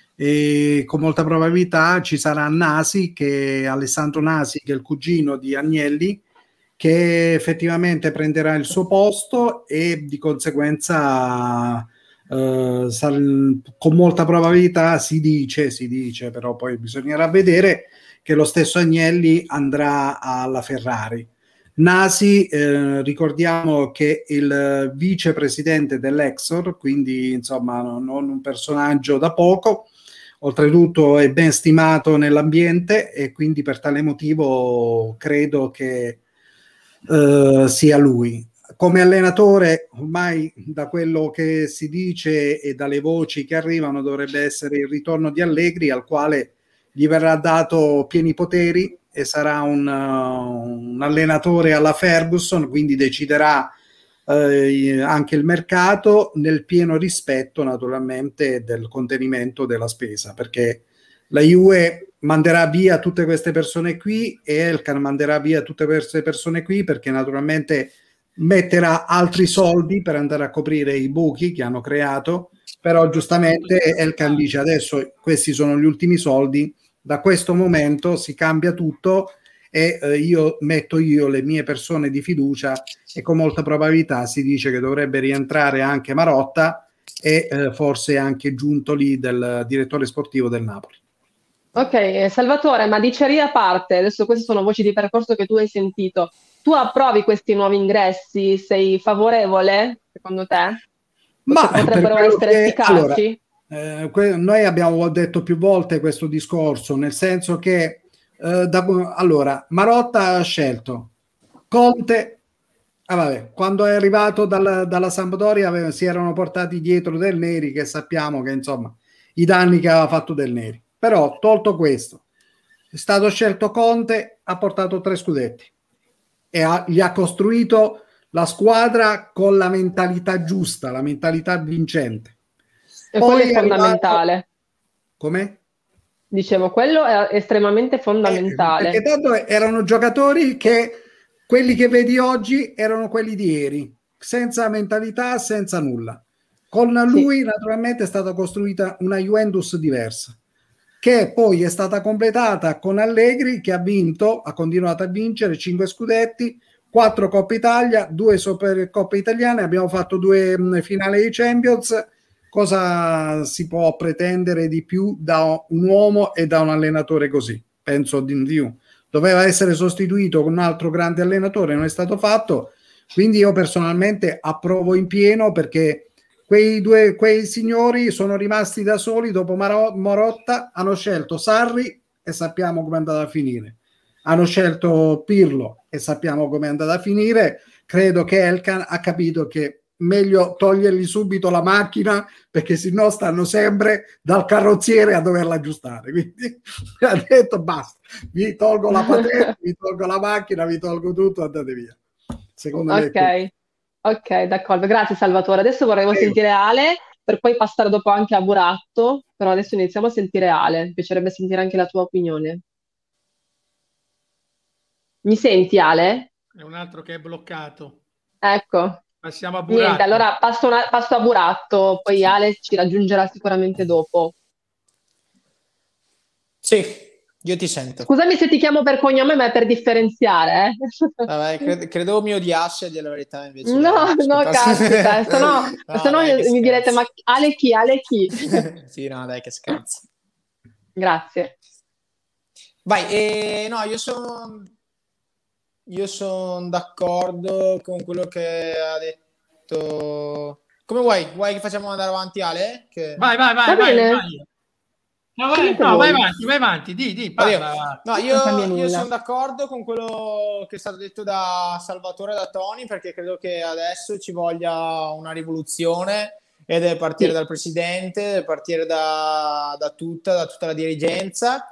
e con molta probabilità ci sarà Nasi, che Alessandro Nasi, che è il cugino di Agnelli, che effettivamente prenderà il suo posto, e di conseguenza eh, sal- con molta probabilità si dice, si dice, però poi bisognerà vedere, che lo stesso Agnelli andrà alla Ferrari. Nasi, eh, ricordiamo che il vicepresidente dell'Exor, quindi insomma non, non un personaggio da poco, oltretutto è ben stimato nell'ambiente, e quindi per tale motivo credo che eh, sia lui. Come allenatore, ormai da quello che si dice e dalle voci che arrivano, dovrebbe essere il ritorno di Allegri, al quale gli verrà dato pieni poteri e sarà un, uh, un allenatore alla Ferguson, quindi deciderà eh, anche il mercato, nel pieno rispetto naturalmente del contenimento della spesa, perché la Juve manderà via tutte queste persone qui, e Elkan manderà via tutte queste persone qui, perché naturalmente metterà altri soldi per andare a coprire i buchi che hanno creato. Però giustamente Elkan dice: adesso questi sono gli ultimi soldi, da questo momento si cambia tutto, e eh, io metto io le mie persone di fiducia, e con molta probabilità si dice che dovrebbe rientrare anche Marotta, e eh, forse anche Giuntoli, del direttore sportivo del Napoli. Ok, Salvatore, ma diceria a parte, adesso queste sono voci di percorso che tu hai sentito. Tu approvi questi nuovi ingressi? Sei favorevole, secondo te? Ma potrebbero essere che, efficaci? Allora, eh, que- noi abbiamo detto più volte questo discorso, nel senso che eh, da, allora Marotta ha scelto Conte. Ah, vabbè, quando è arrivato dal, dalla Sampdoria aveva, si erano portati dietro Del Neri, che sappiamo che insomma i danni che aveva fatto Del Neri. Però tolto questo, è stato scelto Conte, ha portato tre scudetti e ha, gli ha costruito la squadra con la mentalità giusta, la mentalità vincente. E Poi quello è è arrivato... fondamentale. Come? Dicevo, quello è estremamente fondamentale. Eh, perché tanto erano giocatori che quelli che vedi oggi erano quelli di ieri, senza mentalità, senza nulla. Con lui sì. Naturalmente è stata costruita una Juventus diversa, che poi è stata completata con Allegri, che ha vinto, ha continuato a vincere cinque scudetti, quattro Coppa Italia, due Supercoppe italiane, abbiamo fatto due mh, finali di Champions. Cosa si può pretendere di più da un uomo e da un allenatore così? Penso di più. Doveva essere sostituito con un altro grande allenatore, non è stato fatto, quindi io personalmente approvo in pieno, perché quei due quei signori sono rimasti da soli dopo Maro- Marotta, hanno scelto Sarri e sappiamo come è andata a finire, hanno scelto Pirlo e sappiamo come è andata a finire. Credo che Elkan ha capito che meglio togliergli subito la macchina, perché sennò stanno sempre dal carrozziere a doverla aggiustare, quindi ha detto basta, vi tolgo la patente, vi tolgo la macchina, vi tolgo tutto, andate via. Secondo ok, me ok, d'accordo, grazie Salvatore. Adesso vorremmo Prego. sentire Ale, per poi passare dopo anche a Buratto, però adesso iniziamo a sentire Ale, mi piacerebbe sentire anche la tua opinione. Mi senti, Ale? È un altro che è bloccato. Ecco. Passiamo a Buratto. Niente, allora passo, una, passo a Buratto, poi Ale ci raggiungerà sicuramente dopo. Sì, io ti sento. Scusami se ti chiamo per cognome, ma è per differenziare. Eh? Vabbè, cred- credevo mi odiassi, a dire la verità, invece. No, dai, no, caspita, se no, no, se no dai, mi direte, ma Ale chi, Ale chi? Sì, no, dai, che scherzo. Grazie. Vai, eh, no, io sono... Io sono d'accordo con quello che ha detto. Come vuoi? Vuoi che facciamo andare avanti, Ale? Che... Vai, vai, vai, Va vai, bene. vai. No, vai, no, vai avanti, vai avanti, di, di, parla. No, io, io sono d'accordo con quello che è stato detto da Salvatore e da Tony, perché credo che adesso ci voglia una rivoluzione e deve partire sì. dal presidente, deve partire da, da, tutta, da tutta la dirigenza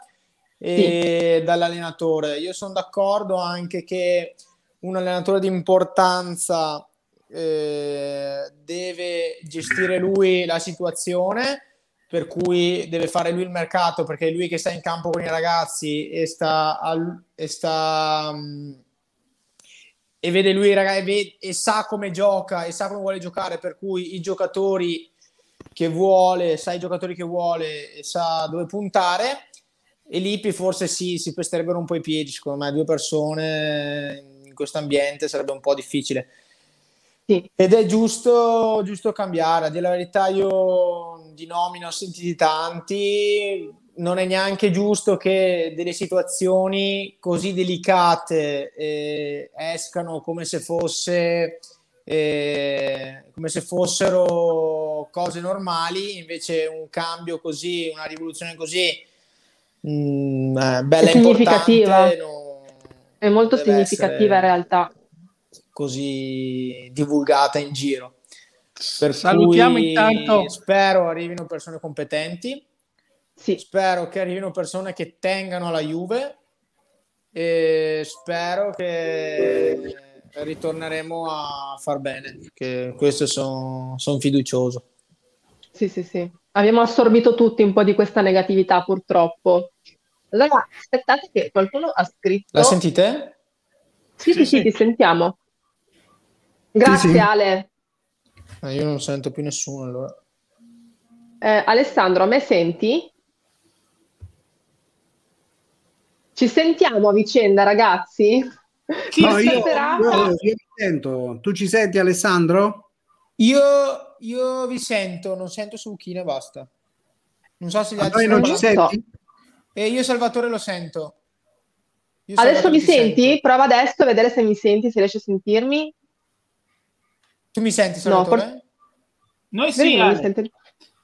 e sì. dall'allenatore. Io sono d'accordo anche che un allenatore di importanza eh, deve gestire lui la situazione, per cui deve fare lui il mercato, perché è lui che sta in campo con i ragazzi e sta, al, e, sta um, e vede lui i ragazzi e, vede, e sa come gioca e sa come vuole giocare, per cui i giocatori che vuole, sa i giocatori che vuole e sa dove puntare. E lì forse sì, si pesterebbero un po' i piedi, secondo me, due persone in questo ambiente sarebbe un po' difficile. Sì. Ed è giusto, giusto cambiare. A dire la verità, io di nomi ne ho sentiti tanti, non è neanche giusto che delle situazioni così delicate eh, escano come se fosse eh, come se fossero cose normali, invece un cambio così, una rivoluzione così mh, bella e significativa, non, è molto significativa in realtà, così divulgata in giro. Per salutiamo cui intanto, spero arrivino persone competenti, sì. spero che arrivino persone che tengano la Juve e spero che ritorneremo a far bene, che questo sono son fiducioso. Sì, sì, sì. Abbiamo assorbito tutti un po' di questa negatività, purtroppo. Allora, aspettate che qualcuno ha scritto... La sentite? Sì, sì, sì, sì, ti sentiamo. Grazie, sì, sì. Ale. Eh, io non sento più nessuno, allora. Eh, Alessandro, a me senti? Ci sentiamo a vicenda, ragazzi? No, io, io, io vi sento. Tu ci senti, Alessandro? Io, io vi sento, non sento Succhina e basta. Non so se gli altri non ci senti? E io Salvatore lo sento. Io adesso mi senti? Sento. Prova adesso a vedere se mi senti, se riesci a sentirmi. Tu mi senti, Salvatore? No, for... Noi sì, mi sente...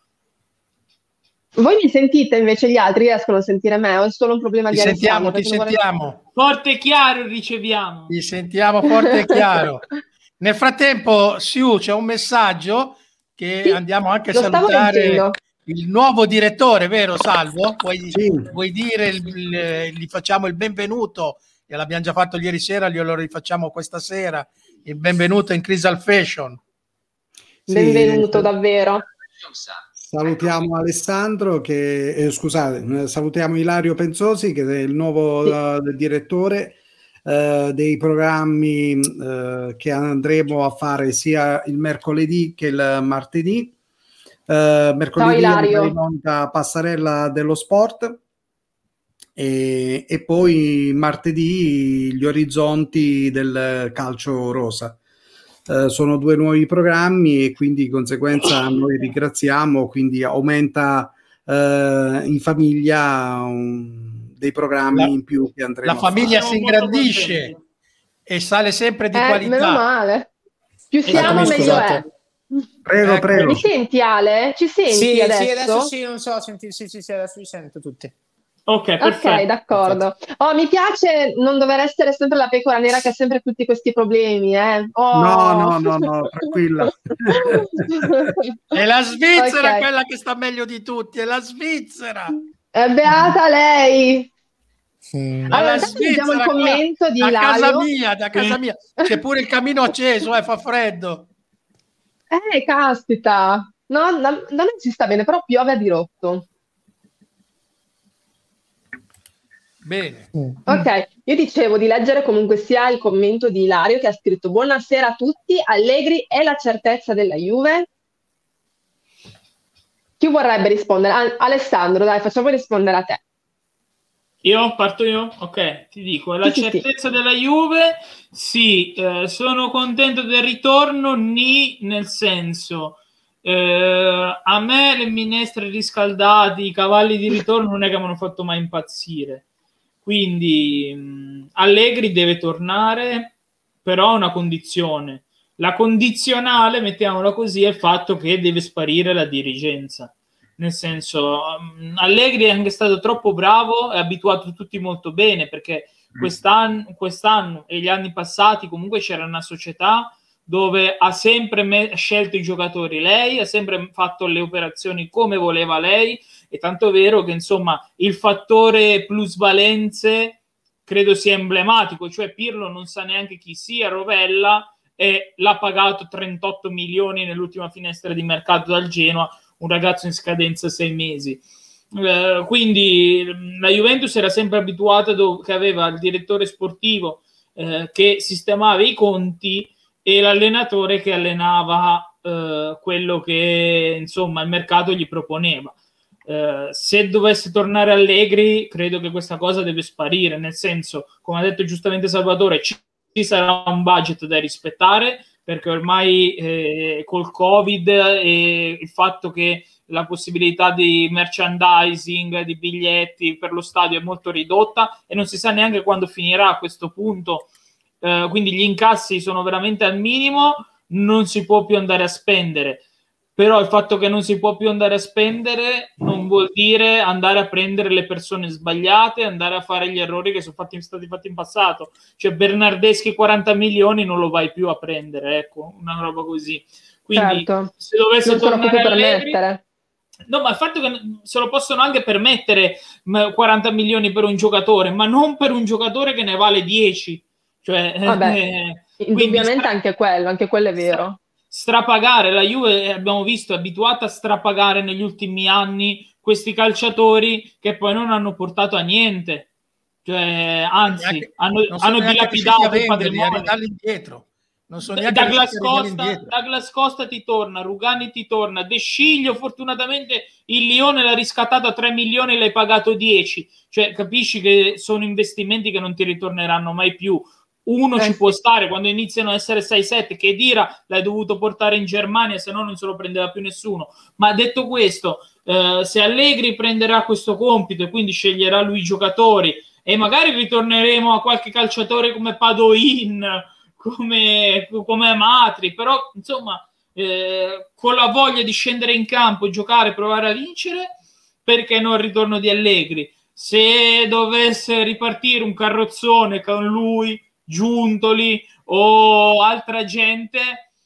Voi mi sentite invece, gli altri riescono a sentire me o è solo un problema ti di sentiamo, ti sentiamo. Vorrei... Forte e chiaro riceviamo. Ti sentiamo forte e chiaro. Nel frattempo, Siu, c'è un messaggio che sì, andiamo anche a salutare il nuovo direttore, vero Salvo? Vuoi, sì. vuoi dire, il, il, gli facciamo il benvenuto, l'abbiamo già fatto ieri sera, glielo rifacciamo questa sera, il benvenuto in Crystal Fashion. Benvenuto, sì, davvero. Salutiamo Alessandro, che eh, scusate, salutiamo Ilario Penzosi, che è il nuovo sì. uh, direttore uh, dei programmi uh, che andremo a fare sia il mercoledì che il martedì. Uh, mercoledì in onda Passarella dello Sport e, e poi martedì gli orizzonti del calcio rosa. Uh, sono due nuovi programmi e quindi di conseguenza noi ringraziamo, quindi aumenta uh, in famiglia um, dei programmi la, in più che andremo la famiglia si ingrandisce e sale sempre di eh, qualità. Meno male, più siamo meglio scusate. È. Prego, ecco. prego. Mi senti, Ale? Ci senti sì, adesso? Sì, adesso sì, non so, senti, sì, sì, sì, adesso vi sento tutti. Ok, perfetto. Ok, d'accordo. Perfetto. Oh, mi piace non dover essere sempre la pecora nera che ha sempre tutti questi problemi, eh. Oh. No, no, no, no, tranquilla. È la Svizzera okay. quella che sta meglio di tutti, è la Svizzera. È beata lei. Mm. Allora, intanto leggiamo il commento qua, di da Ilario. Casa mia, da casa mia. C'è pure il camino acceso, eh, fa freddo. Eh, caspita. No, da, da me si sta bene, però piove a dirotto. Bene. Ok, io dicevo di leggere comunque sia il commento di Ilario che ha scritto: buonasera a tutti, Allegri è la certezza della Juve? Chi vorrebbe rispondere? Al- Alessandro, dai, facciamo rispondere a te. Io parto io? Ok, ti dico, è la sì, certezza sì. della Juve? Sì, eh, sono contento del ritorno, ni nel senso, eh, a me le minestre riscaldate, i cavalli di ritorno non è che mi hanno fatto mai impazzire. Quindi mh, Allegri deve tornare, però a una condizione. La condizionale, mettiamola così, è il fatto che deve sparire la dirigenza. Nel senso, um, Allegri è anche stato troppo bravo, è abituato tutti molto bene, perché quest'anno, quest'anno e gli anni passati comunque c'era una società dove ha sempre me- scelto i giocatori lei, ha sempre fatto le operazioni come voleva lei, è tanto vero che insomma il fattore plusvalenze credo sia emblematico, cioè Pirlo non sa neanche chi sia Rovella e l'ha pagato trentotto milioni nell'ultima finestra di mercato dal Genoa, un ragazzo in scadenza sei mesi. Eh, quindi la Juventus era sempre abituata do- che aveva il direttore sportivo eh, che sistemava i conti e l'allenatore che allenava eh, quello che insomma il mercato gli proponeva. Uh, se dovesse tornare Allegri, credo che questa cosa deve sparire, nel senso, come ha detto giustamente Salvatore, ci, ci sarà un budget da rispettare, perché ormai eh, col Covid e il fatto che la possibilità di merchandising, di biglietti per lo stadio è molto ridotta e non si sa neanche quando finirà a questo punto, uh, quindi gli incassi sono veramente al minimo, non si può più andare a spendere. Però il fatto che non si può più andare a spendere non vuol dire andare a prendere le persone sbagliate, andare a fare gli errori che sono fatti, stati fatti in passato. Cioè Bernardeschi quaranta milioni non lo vai più a prendere, ecco, una roba così. Quindi certo. se dovesse non tornare più Allegri, permettere. No, ma il fatto che se lo possono anche permettere quaranta milioni per un giocatore, ma non per un giocatore che ne vale dieci. Cioè, Vabbè, eh, indubbiamente stra- anche quello, anche quello è vero. Strapagare, la Juve abbiamo visto è abituata a strapagare negli ultimi anni questi calciatori che poi non hanno portato a niente, cioè anzi neanche, hanno, hanno dilapidato il patrimonio. Indietro. Non so D- Douglas, Costa, Douglas Costa ti torna, Rugani ti torna, De Sciglio fortunatamente il Lione l'ha riscattato a tre milioni e l'hai pagato dieci, cioè capisci che sono investimenti che non ti ritorneranno mai più. Uno eh, ci sì. può stare quando iniziano a essere sei sette, che Dira l'hai dovuto portare in Germania, se no non se lo prendeva più nessuno. Ma detto questo, eh, se Allegri prenderà questo compito e quindi sceglierà lui i giocatori e magari ritorneremo a qualche calciatore come Padoin, come, come Matri, però insomma eh, con la voglia di scendere in campo, giocare, provare a vincere, perché non il ritorno di Allegri? Se dovesse ripartire un carrozzone con lui, Giuntoli o altra gente,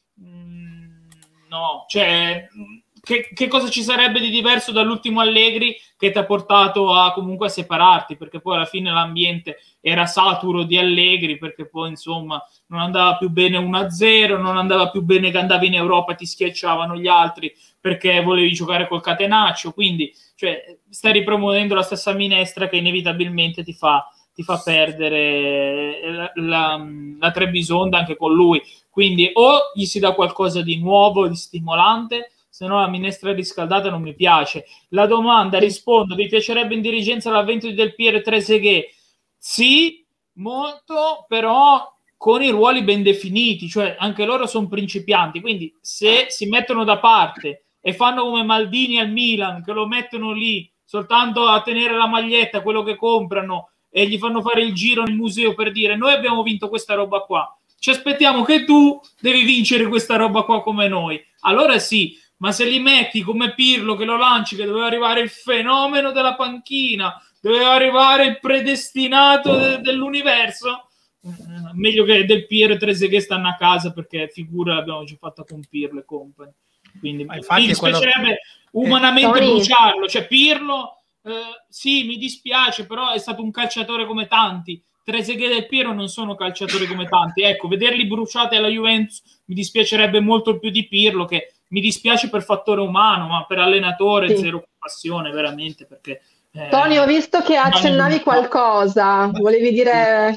mh, no, cioè che, che cosa ci sarebbe di diverso dall'ultimo Allegri che ti ha portato a comunque a separarti, perché poi alla fine l'ambiente era saturo di Allegri, perché poi insomma non andava più bene uno a zero, non andava più bene che andavi in Europa, ti schiacciavano gli altri, perché volevi giocare col catenaccio, quindi cioè, stai ripromuovendo la stessa minestra che inevitabilmente ti fa, ti fa perdere la, la, la Trebisonda anche con lui. Quindi o gli si dà qualcosa di nuovo, di stimolante, se no la minestra riscaldata non mi piace. La domanda, rispondo, vi piacerebbe in dirigenza l'avvento di Del Piero e Trezeguet? Sì, molto, però con i ruoli ben definiti, cioè anche loro sono principianti, quindi se si mettono da parte e fanno come Maldini al Milan, che lo mettono lì soltanto a tenere la maglietta, quello che comprano, e gli fanno fare il giro nel museo per dire noi abbiamo vinto questa roba qua, ci aspettiamo che tu devi vincere questa roba qua come noi, allora sì. Ma se li metti come Pirlo che lo lanci, che doveva arrivare il fenomeno della panchina, doveva arrivare il predestinato de- dell'universo, eh, meglio che Del Piero e Trezeguet stanno a casa, perché figura l'abbiamo già fatta con Pirlo e compagni. Quindi mi dispiacerebbe quello... umanamente eh, bruciarlo. Cioè Pirlo, eh, sì, mi dispiace, però è stato un calciatore come tanti. Trezeguet e Del Piero non sono calciatori come tanti. Ecco, vederli bruciati alla Juventus mi dispiacerebbe molto più di Pirlo, che mi dispiace per fattore umano, ma per allenatore sì. Zero passione, veramente, perché... Eh, Tony, ho visto che accennavi qualcosa, volevi dire...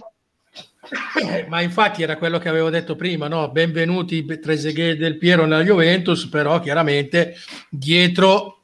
Eh, ma infatti era quello che avevo detto prima, no? Benvenuti Trezeguet e Del Piero nella Juventus, però chiaramente dietro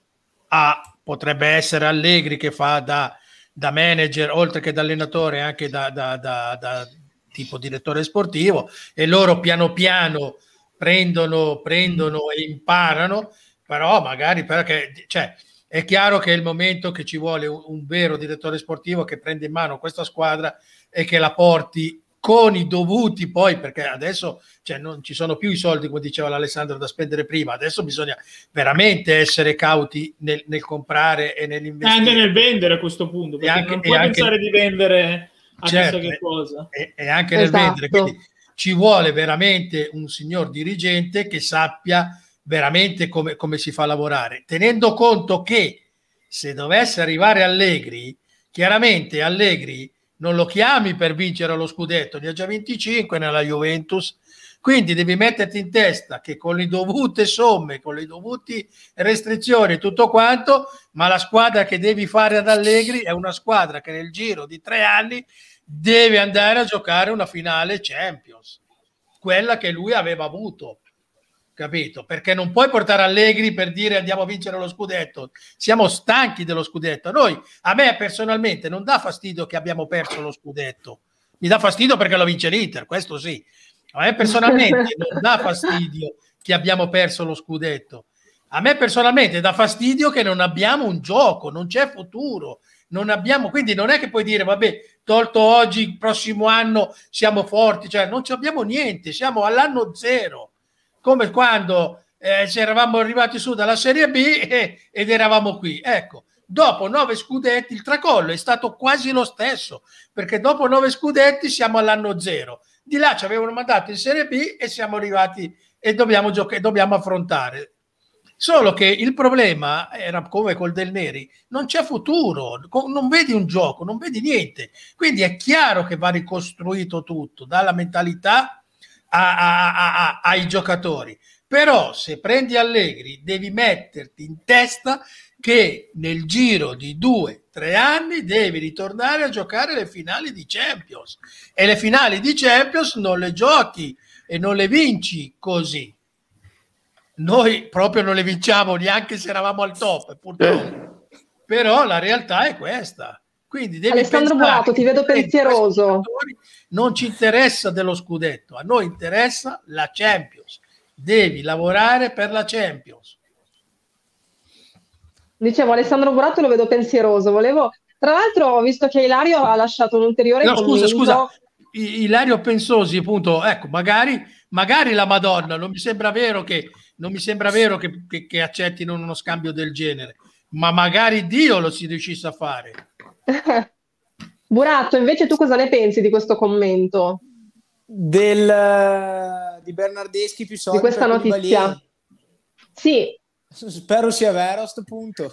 a potrebbe essere Allegri che fa da, da manager, oltre che da allenatore, anche da, da, da, da tipo direttore sportivo, e loro piano piano prendono, prendono e imparano, però magari perché cioè, è chiaro che è il momento che ci vuole un, un vero direttore sportivo che prende in mano questa squadra e che la porti con i dovuti poi, perché adesso cioè, non ci sono più i soldi, come diceva l'Alessandro, da spendere prima, adesso bisogna veramente essere cauti nel, nel comprare e nell'investire. E anche nel vendere a questo punto, perché anche, non puoi pensare anche, di vendere a certo, chissà che cosa. E, e anche nel esatto. vendere, quindi ci vuole veramente un signor dirigente che sappia veramente come, come si fa a lavorare, tenendo conto che se dovesse arrivare Allegri, chiaramente Allegri non lo chiami per vincere lo scudetto, ne ha già venticinque nella Juventus, quindi devi metterti in testa che con le dovute somme, con le dovute restrizioni e tutto quanto, ma la squadra che devi fare ad Allegri è una squadra che nel giro di tre anni deve andare a giocare una finale Champions, quella che lui aveva avuto, capito? Perché non puoi portare Allegri per dire andiamo a vincere lo scudetto, siamo stanchi dello scudetto. Noi, a me personalmente non dà fastidio che abbiamo perso lo scudetto, mi dà fastidio perché lo vince l'Inter, questo sì. A me personalmente non dà fastidio che abbiamo perso lo scudetto, a me personalmente dà fastidio che non abbiamo un gioco, non c'è futuro, non abbiamo, quindi non è che puoi dire vabbè, tolto oggi, il prossimo anno siamo forti, cioè non abbiamo niente, siamo all'anno zero, come quando eh, ci eravamo arrivati su dalla Serie B eh, ed eravamo qui. Ecco, dopo nove scudetti il tracollo è stato quasi lo stesso, perché dopo nove scudetti siamo all'anno zero, di là ci avevano mandato in Serie B e siamo arrivati e dobbiamo giocare, dobbiamo affrontare. Solo che il problema era come col Del Neri, non c'è futuro, non vedi un gioco, non vedi niente, quindi è chiaro che va ricostruito tutto, dalla mentalità a, a, a, a, ai giocatori, però se prendi Allegri devi metterti in testa che nel giro di due, tre anni devi ritornare a giocare le finali di Champions, e le finali di Champions non le giochi e non le vinci così. Noi proprio non le vinciamo neanche se eravamo al top, purtroppo. Però la realtà è questa. Quindi devi Alessandro Burato, ti vedo pensieroso. Non ci interessa dello scudetto, a noi interessa la Champions. Devi lavorare per la Champions. Dicevo, Alessandro Burato lo vedo pensieroso. Volevo, tra l'altro, ho visto che Ilario ha lasciato un ulteriore no, commento. Scusa, scusa. Ilario Pensosi, appunto, ecco, magari, magari la Madonna, non mi sembra vero che non mi sembra vero che, che, che accettino uno scambio del genere, ma magari Dio lo si riuscisse a fare. Burato, invece tu cosa ne pensi di questo commento? Del, di Bernardeschi più soldi di questa notizia? Sì. Spero sia vero a sto punto.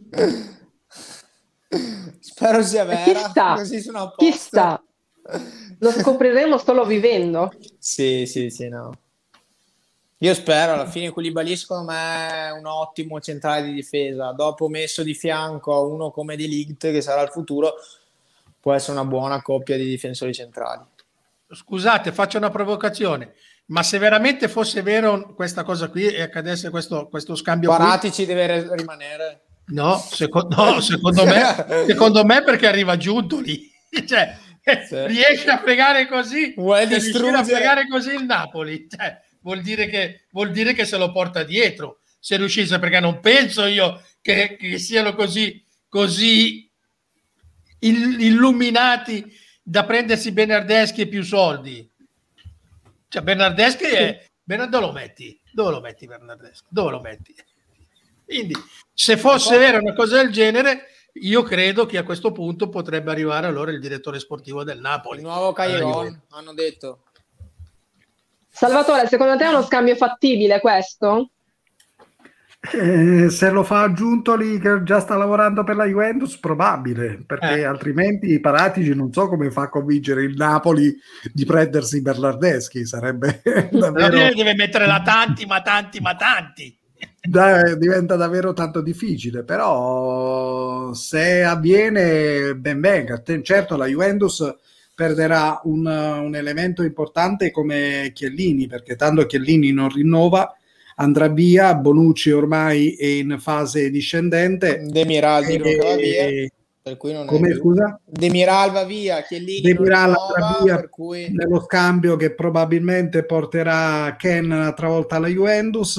Spero sia vera. Chissà, così sono a posto. Chissà. Lo scopriremo solo vivendo. Sì, sì, sì, no. Io spero, alla fine Koulibaly secondo me è un ottimo centrale di difesa, dopo messo di fianco a uno come De Ligt che sarà il futuro, può essere una buona coppia di difensori centrali. Scusate, faccio una provocazione, ma se veramente fosse vero questa cosa qui e accadesse questo, questo scambio Paratici qui, deve re- rimanere. No, seco- no secondo, me, secondo me perché arriva Giuntoli, cioè, sì. riesce a fregare così, Vuole riuscire a fregare così il Napoli, cioè, vuol, dire che, vuol dire che se lo porta dietro, se riuscisse, perché non penso io che, che siano così, così illuminati da prendersi Bernardeschi e più soldi. Cioè Bernardeschi è... Bernard, dove lo metti? Dove lo metti Bernardeschi? Dove lo metti? Quindi se fosse vera una cosa del genere, io credo che a questo punto potrebbe arrivare allora il direttore sportivo del Napoli. Il nuovo Cairon, hanno detto. Salvatore, secondo te è uno scambio fattibile questo? Eh, se lo fa Giuntoli che già sta lavorando per la Juventus, probabile, perché eh. altrimenti Paratici non so come fa a convincere il Napoli di prendersi Bernardeschi, sarebbe davvero... deve mettere la tanti, ma tanti, ma tanti. Da, diventa davvero tanto difficile, però se avviene ben venga. Certo la Juventus perderà un, un elemento importante come Chiellini, perché tanto Chiellini non rinnova, andrà via, Bonucci ormai è in fase discendente, Demiral e, dicono che va via, per cui non come è più. Scusa? Demiral va via, Chiellini Demiral non rinnova, via, per cui... nello scambio che probabilmente porterà Ken un'altra volta alla Juventus,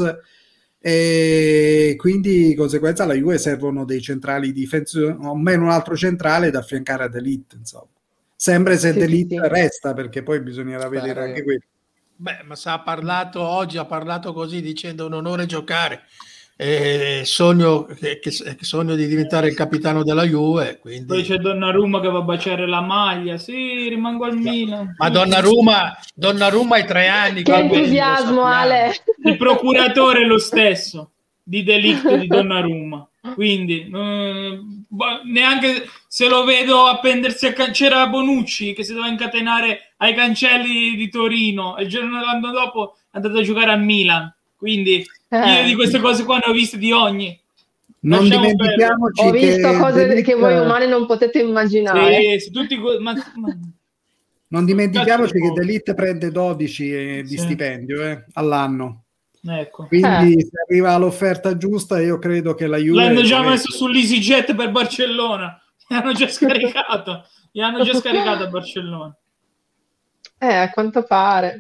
e quindi di conseguenza alla Juve servono dei centrali difensivi, o meno un altro centrale da affiancare a De Ligt, insomma. Sempre se sì, De Ligt sì. resta, perché poi bisognerà Spero vedere anche quello. Beh, ma se ha parlato oggi, ha parlato così dicendo un onore giocare, eh, sogno, che, che, che sogno di diventare il capitano della Juve. Quindi... Poi c'è Donnarumma che va a baciare la maglia, sì, rimango al Milan. Ma Donnarumma, Donnarumma hai tre anni. Che entusiasmo, Ale! Il procuratore è lo stesso di De Ligt di Donnarumma. Quindi eh, neanche se lo vedo appendersi a can- c'era Bonucci che si doveva incatenare ai cancelli di Torino e il giorno l'anno dopo è andato a giocare al Milan, quindi eh. io di queste cose qua ne ho viste di ogni. Non Lasciamo dimentichiamoci ho visto che cose Ligt... che voi umani non potete immaginare. Sì, sì, tutti go- ma, ma... non dimentichiamoci che De Ligt prende dodici eh, di sì. stipendio eh, all'anno. Ecco. Quindi eh. se arriva all'offerta giusta, io credo che la Juve l'hanno già messo sull'EasyJet per Barcellona, li hanno già scaricato li hanno già scaricato a Barcellona, eh a quanto pare.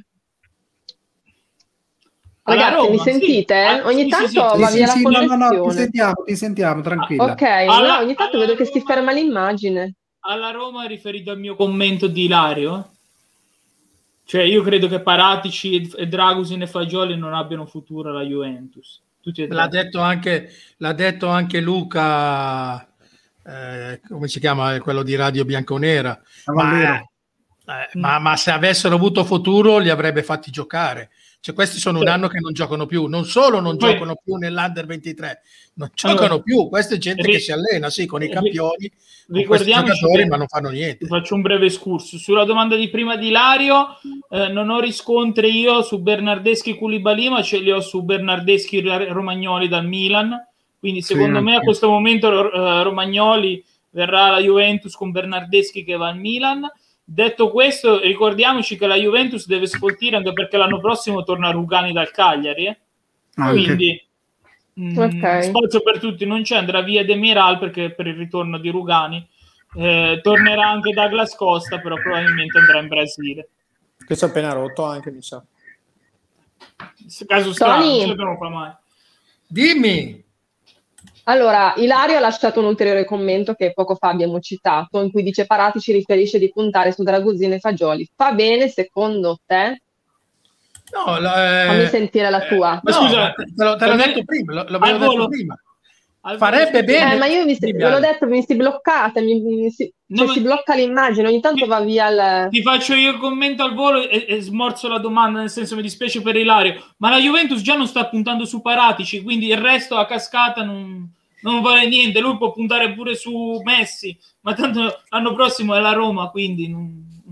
Ragazzi, Roma, mi sentite? Sì. Ah, ogni sì, tanto sì, va sì, via sì, la connessione. No, no, no, ti sentiamo, ti sentiamo, tranquilla. Ok, alla, no, ogni tanto vedo Roma, che si ferma l'immagine. Alla Roma è riferito al mio commento di Ilario? Cioè io credo che Paratici e Dragusin e Fagioli non abbiano futuro alla Juventus. Tutti e l'ha detto anche l'ha detto anche Luca, eh, come si chiama quello di Radio Bianconera, ma, eh, ma, ma se avessero avuto futuro li avrebbe fatti giocare. Cioè questi sono un anno che non giocano più, non solo non Poi, giocano più nell'Under ventitré, non giocano allora, più, questa è gente ri- che si allena, sì, con i campioni, con questi giocatori, ma non fanno niente. Faccio un breve excursus. Sulla domanda di prima di Ilario, eh, non ho riscontri io su Bernardeschi e Koulibaly, ma ce li ho su Bernardeschi e Romagnoli dal Milan, quindi secondo sì, me a questo momento uh, Romagnoli verrà alla Juventus con Bernardeschi che va al Milan. Detto questo, ricordiamoci che la Juventus deve sfoltire anche perché l'anno prossimo torna Rugani dal Cagliari, eh? Quindi mh, okay. spazio per tutti non c'è, andrà via Demiral perché per il ritorno di Rugani, eh, tornerà anche Douglas Costa, però probabilmente andrà in Brasile. Questo è appena rotto anche, mi sa. Caso strano, non ce l'abbiamo qua mai. Dimmi! Allora, Ilario ha lasciato un ulteriore commento che poco fa abbiamo citato, in cui dice Paratici riferisce di puntare su Dragusin e Fagioli. Fa bene secondo te? No, la, eh, fammi sentire la tua. Eh, ma scusa, te, lo, te l'ho detto prima, lo, l'avevo detto volo, prima. Farebbe bene. Eh, ma io vi ve l'ho detto, mi si bloccate, mi, mi si, no, cioè, si blocca l'immagine, ogni tanto ti, va via il... Ti faccio io il commento al volo e, e smorzo la domanda, nel senso mi dispiace per Ilario, ma la Juventus già non sta puntando su Paratici, quindi il resto a cascata non... non vale niente, lui può puntare pure su Messi, ma tanto l'anno prossimo è la Roma, quindi non...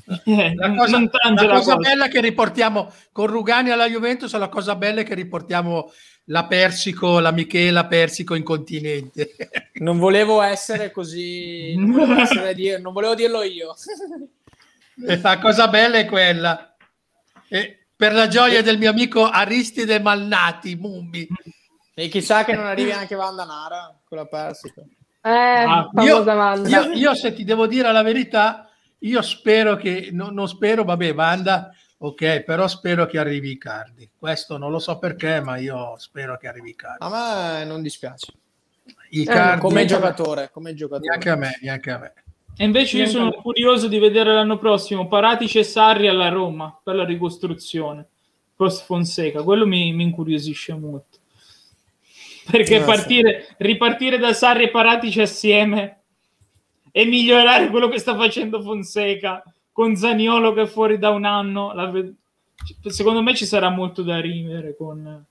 Eh, la cosa, non tange la la cosa cosa. bella è che riportiamo con Rugani alla Juventus, la cosa bella è che riportiamo la Persico, la Michela Persico in continente. Non volevo essere così, non volevo, essere dir- non volevo dirlo io. E la cosa bella è quella. E per la gioia del mio amico Aristide Malnati, Mumbi. E chissà che non arrivi anche Vandanara con la Persico. Eh, Ah, famosa Io, Wanda. io, io se ti devo dire la verità, io spero che, no, non spero, vabbè, Wanda, ok, però spero che arrivi Icardi. Questo non lo so perché, ma io spero che arrivi Icardi. A me non dispiace. Icardi, Eh, come giocatore, come giocatore. Neanche a me, neanche a me. E invece io sono curioso di vedere l'anno prossimo Paratici e Sarri alla Roma per la ricostruzione post Fonseca. Quello mi, mi incuriosisce molto, perché Eh, partire, ripartire da Sarri e Paratici assieme e migliorare quello che sta facendo Fonseca con Zaniolo che è fuori da un anno, la ved- secondo me ci sarà molto da ridere con,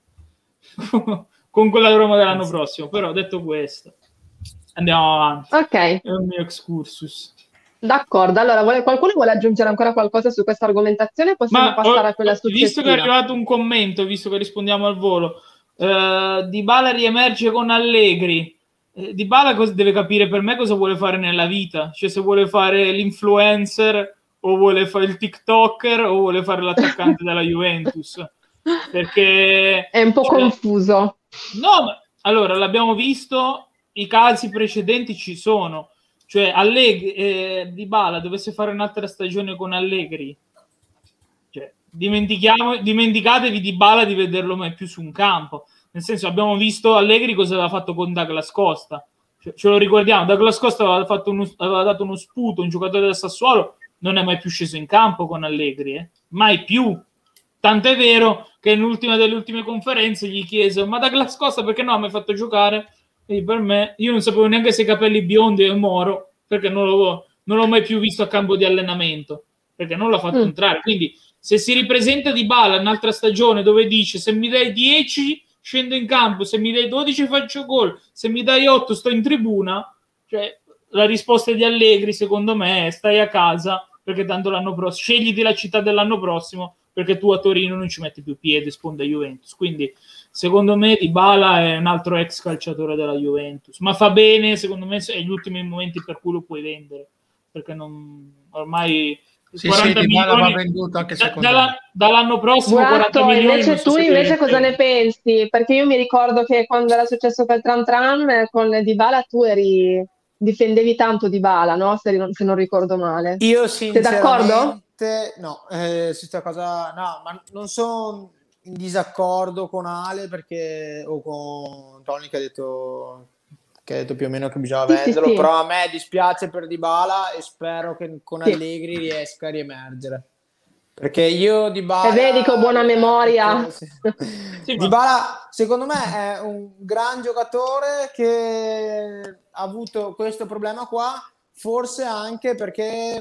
con quella Roma dell'anno prossimo. Però detto questo, andiamo avanti. Ok, È un mio excursus. d'accordo. Allora, vuole- qualcuno vuole aggiungere ancora qualcosa su questa argomentazione? Possiamo Ma passare ho- a quella visto che è successiva. arrivato un commento, visto che rispondiamo al volo, eh, Dybala riemerge con Allegri. Eh, Dybala cos- deve capire per me cosa vuole fare nella vita, cioè se vuole fare l'influencer o vuole fare il TikToker o vuole fare l'attaccante della Juventus, perché È un po' cioè, confuso. no, ma allora l'abbiamo visto, i casi precedenti ci sono, cioè Allegri, eh, Dybala dovesse fare un'altra stagione con Allegri, cioè, dimentichiamo, dimenticatevi Dybala di vederlo mai più su un campo, nel senso abbiamo visto Allegri cosa aveva fatto con Douglas Costa, cioè, ce lo ricordiamo, Douglas Costa aveva, fatto uno, aveva dato uno sputo, un giocatore del Sassuolo, non è mai più sceso in campo con Allegri, eh? Mai più. Tant'è vero che in ultima delle ultime conferenze gli chiese: ma Douglas Costa perché no, mi ha fatto giocare? E per me, io non sapevo neanche se i capelli biondi e Moro, perché non, lo, non l'ho mai più visto a campo di allenamento, perché non l'ha fatto Mm. entrare. Quindi se si ripresenta Dybala in un'altra stagione dove dice: se mi dai dieci scendo in campo, se mi dai dodici faccio gol, se mi dai otto sto in tribuna, cioè la risposta di Allegri secondo me è: stai a casa, perché tanto l'anno prossimo scegliti la città dell'anno prossimo, perché tu a Torino non ci metti più piede, sponda Juventus. Quindi secondo me Dybala è un altro ex calciatore della Juventus, ma fa bene, secondo me è gli ultimi momenti per cui lo puoi vendere, perché non, ormai Sì, quaranta sì, Dybala milioni va venduto anche da, secondo dalla, me. dall'anno prossimo quaranta Guarda, milioni invece non so tu se invece te- cosa ne pensi? Perché io mi ricordo che quando era successo quel tram tram eh, con Dybala tu eri difendevi tanto Dybala, no? Se, non- se non ricordo male. Io Sei d'accordo? sinceramente no, eh, su sta cosa no, ma non sono in disaccordo con Ale perché o con Tony che ha detto che ha detto più o meno che bisogna Sì, sì, venderlo, sì. però a me dispiace per Dybala e spero che con Sì. Allegri riesca a riemergere. Perché io Dybala E vedi che ho buona memoria. perché- sì. Sì, ma- Dybala secondo me è un gran giocatore che ha avuto questo problema qua, forse anche perché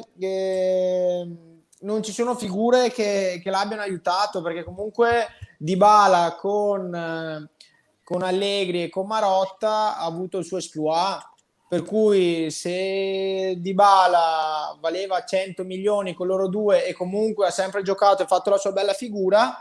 eh, non ci sono figure che, che l'abbiano aiutato, perché comunque Dybala con, eh, con Allegri e con Marotta ha avuto il suo exploit, per cui se Dybala valeva cento milioni con loro due e comunque ha sempre giocato e fatto la sua bella figura,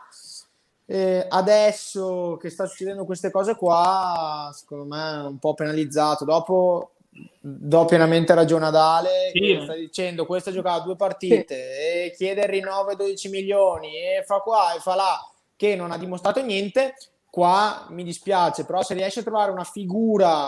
eh, adesso che sta succedendo queste cose qua, secondo me è un po' penalizzato. Dopo do pienamente ragione ad Ale Sì, che eh. sta dicendo: questo ha giocato due partite e chiede il rinnovo ai dodici milioni e fa qua e fa là, che non ha dimostrato niente. Qua mi dispiace, però se riesce a trovare una figura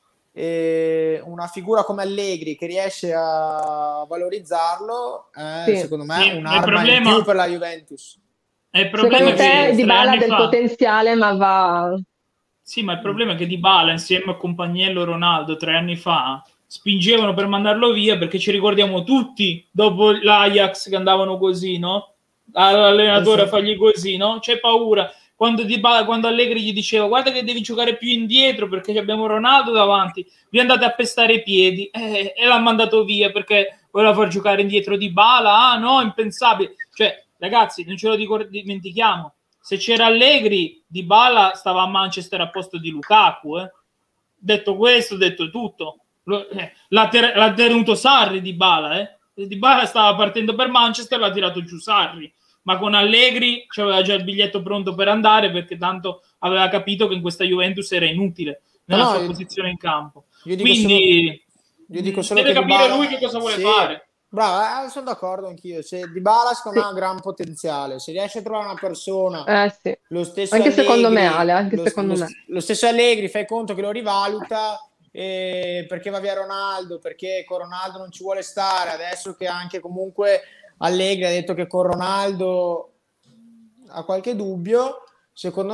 eh, una figura come Allegri che riesce a valorizzarlo, è Sì. secondo me Sì, ma il un'arma problema- in più per la Juventus. è il problema Secondo che te tre Dybala ha anni del fa- potenziale, ma va... Sì, ma il problema è che Dybala insieme a Compagnello Ronaldo tre anni fa spingevano per mandarlo via, perché ci ricordiamo tutti dopo l'Ajax che andavano così, no? All'allenatore a Esatto. fargli così, no? C'è paura. Quando, Dybala, quando Allegri gli diceva: guarda che devi giocare più indietro perché abbiamo Ronaldo davanti, vi andate a pestare i piedi, eh, e l'ha mandato via perché voleva far giocare indietro Dybala. Ah no, impensabile. Cioè, ragazzi, non ce lo dico, dimentichiamo. Se c'era Allegri, Dybala stava a Manchester a posto di Lukaku. Eh. Detto questo, detto tutto. Lo, eh, l'ha, ter- l'ha tenuto Sarri Dybala, eh. Dybala stava partendo per Manchester, l'ha tirato giù Sarri, ma con Allegri c'aveva già il biglietto pronto per andare, perché tanto aveva capito che in questa Juventus era inutile nella no, sua io, posizione in campo. Io dico Quindi solo, io dico solo deve che capire Dybala, lui che cosa vuole sì, fare. Bravo, eh, sono d'accordo anch'io. Se Dybala secondo me ha un gran potenziale, se riesce a trovare una persona, eh, sì. lo stesso anche Allegri, secondo me Ale, anche lo, secondo lo, me. lo stesso Allegri, fai conto che lo rivaluta, eh, perché va via Ronaldo, perché con Ronaldo non ci vuole stare, adesso che anche comunque Allegri ha detto che con Ronaldo ha qualche dubbio, secondo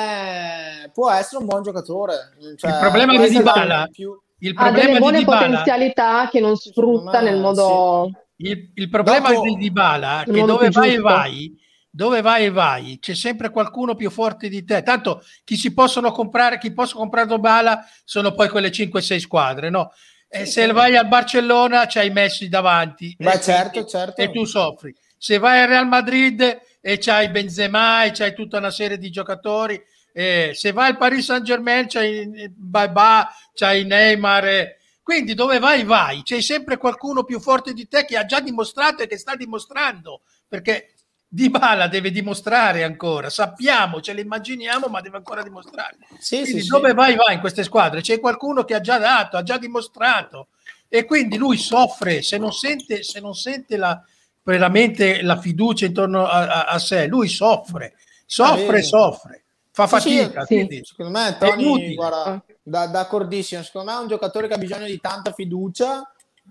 me può essere un buon giocatore. Cioè, il problema di Dybala il ha delle buone di Dybala, potenzialità che non sfrutta me, nel modo sì. il, il problema Dopo, di Dybala è che dove vai e vai dove vai e vai c'è sempre qualcuno più forte di te, tanto chi si possono comprare chi possono comprare Dybala sono poi quelle cinque sei squadre, no? E sì, se sì. vai al Barcellona c'hai Messi davanti. Beh, e, certo, e, certo. e tu soffri. Se vai al Real Madrid e c'hai Benzema e c'hai tutta una serie di giocatori, eh, se vai al Paris Saint Germain c'hai Baba, c'hai Neymar, eh. Quindi dove vai vai c'è sempre qualcuno più forte di te che ha già dimostrato e che sta dimostrando, perché Dybala deve dimostrare ancora, sappiamo, ce le immaginiamo, ma deve ancora dimostrare. Sì, quindi sì, dove sì. vai vai in queste squadre c'è qualcuno che ha già dato, ha già dimostrato, e quindi lui soffre se non sente, se non sente la, veramente la fiducia intorno a, a, a sé, lui soffre, soffre, ah, soffre, fa sì, fatica. Sì, sì. Secondo me Tony, guarda, da, d'accordissimo, secondo me è un giocatore che ha bisogno di tanta fiducia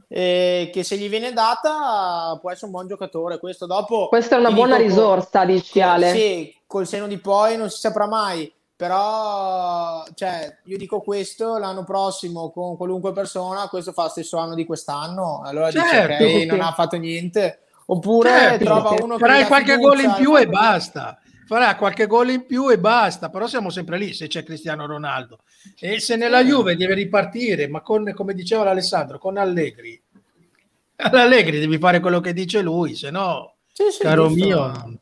e che se gli viene data può essere un buon giocatore. Questo dopo questa è una buona dico, risorsa, dici col, Ale. Sì, col seno di poi non si saprà mai, però cioè, io dico questo l'anno prossimo con qualunque persona, questo fa lo stesso anno di quest'anno, allora certo, dice ok, sì, non sì. ha fatto niente, oppure certo, trova uno che farai qualche gol in più e basta, farà qualche gol in più e basta, però siamo sempre lì se c'è Cristiano Ronaldo, e se nella Juve deve ripartire, ma con, come diceva l'Alessandro, con Allegri Allegri devi fare quello che dice lui, se no sì, sì, caro giusto. mio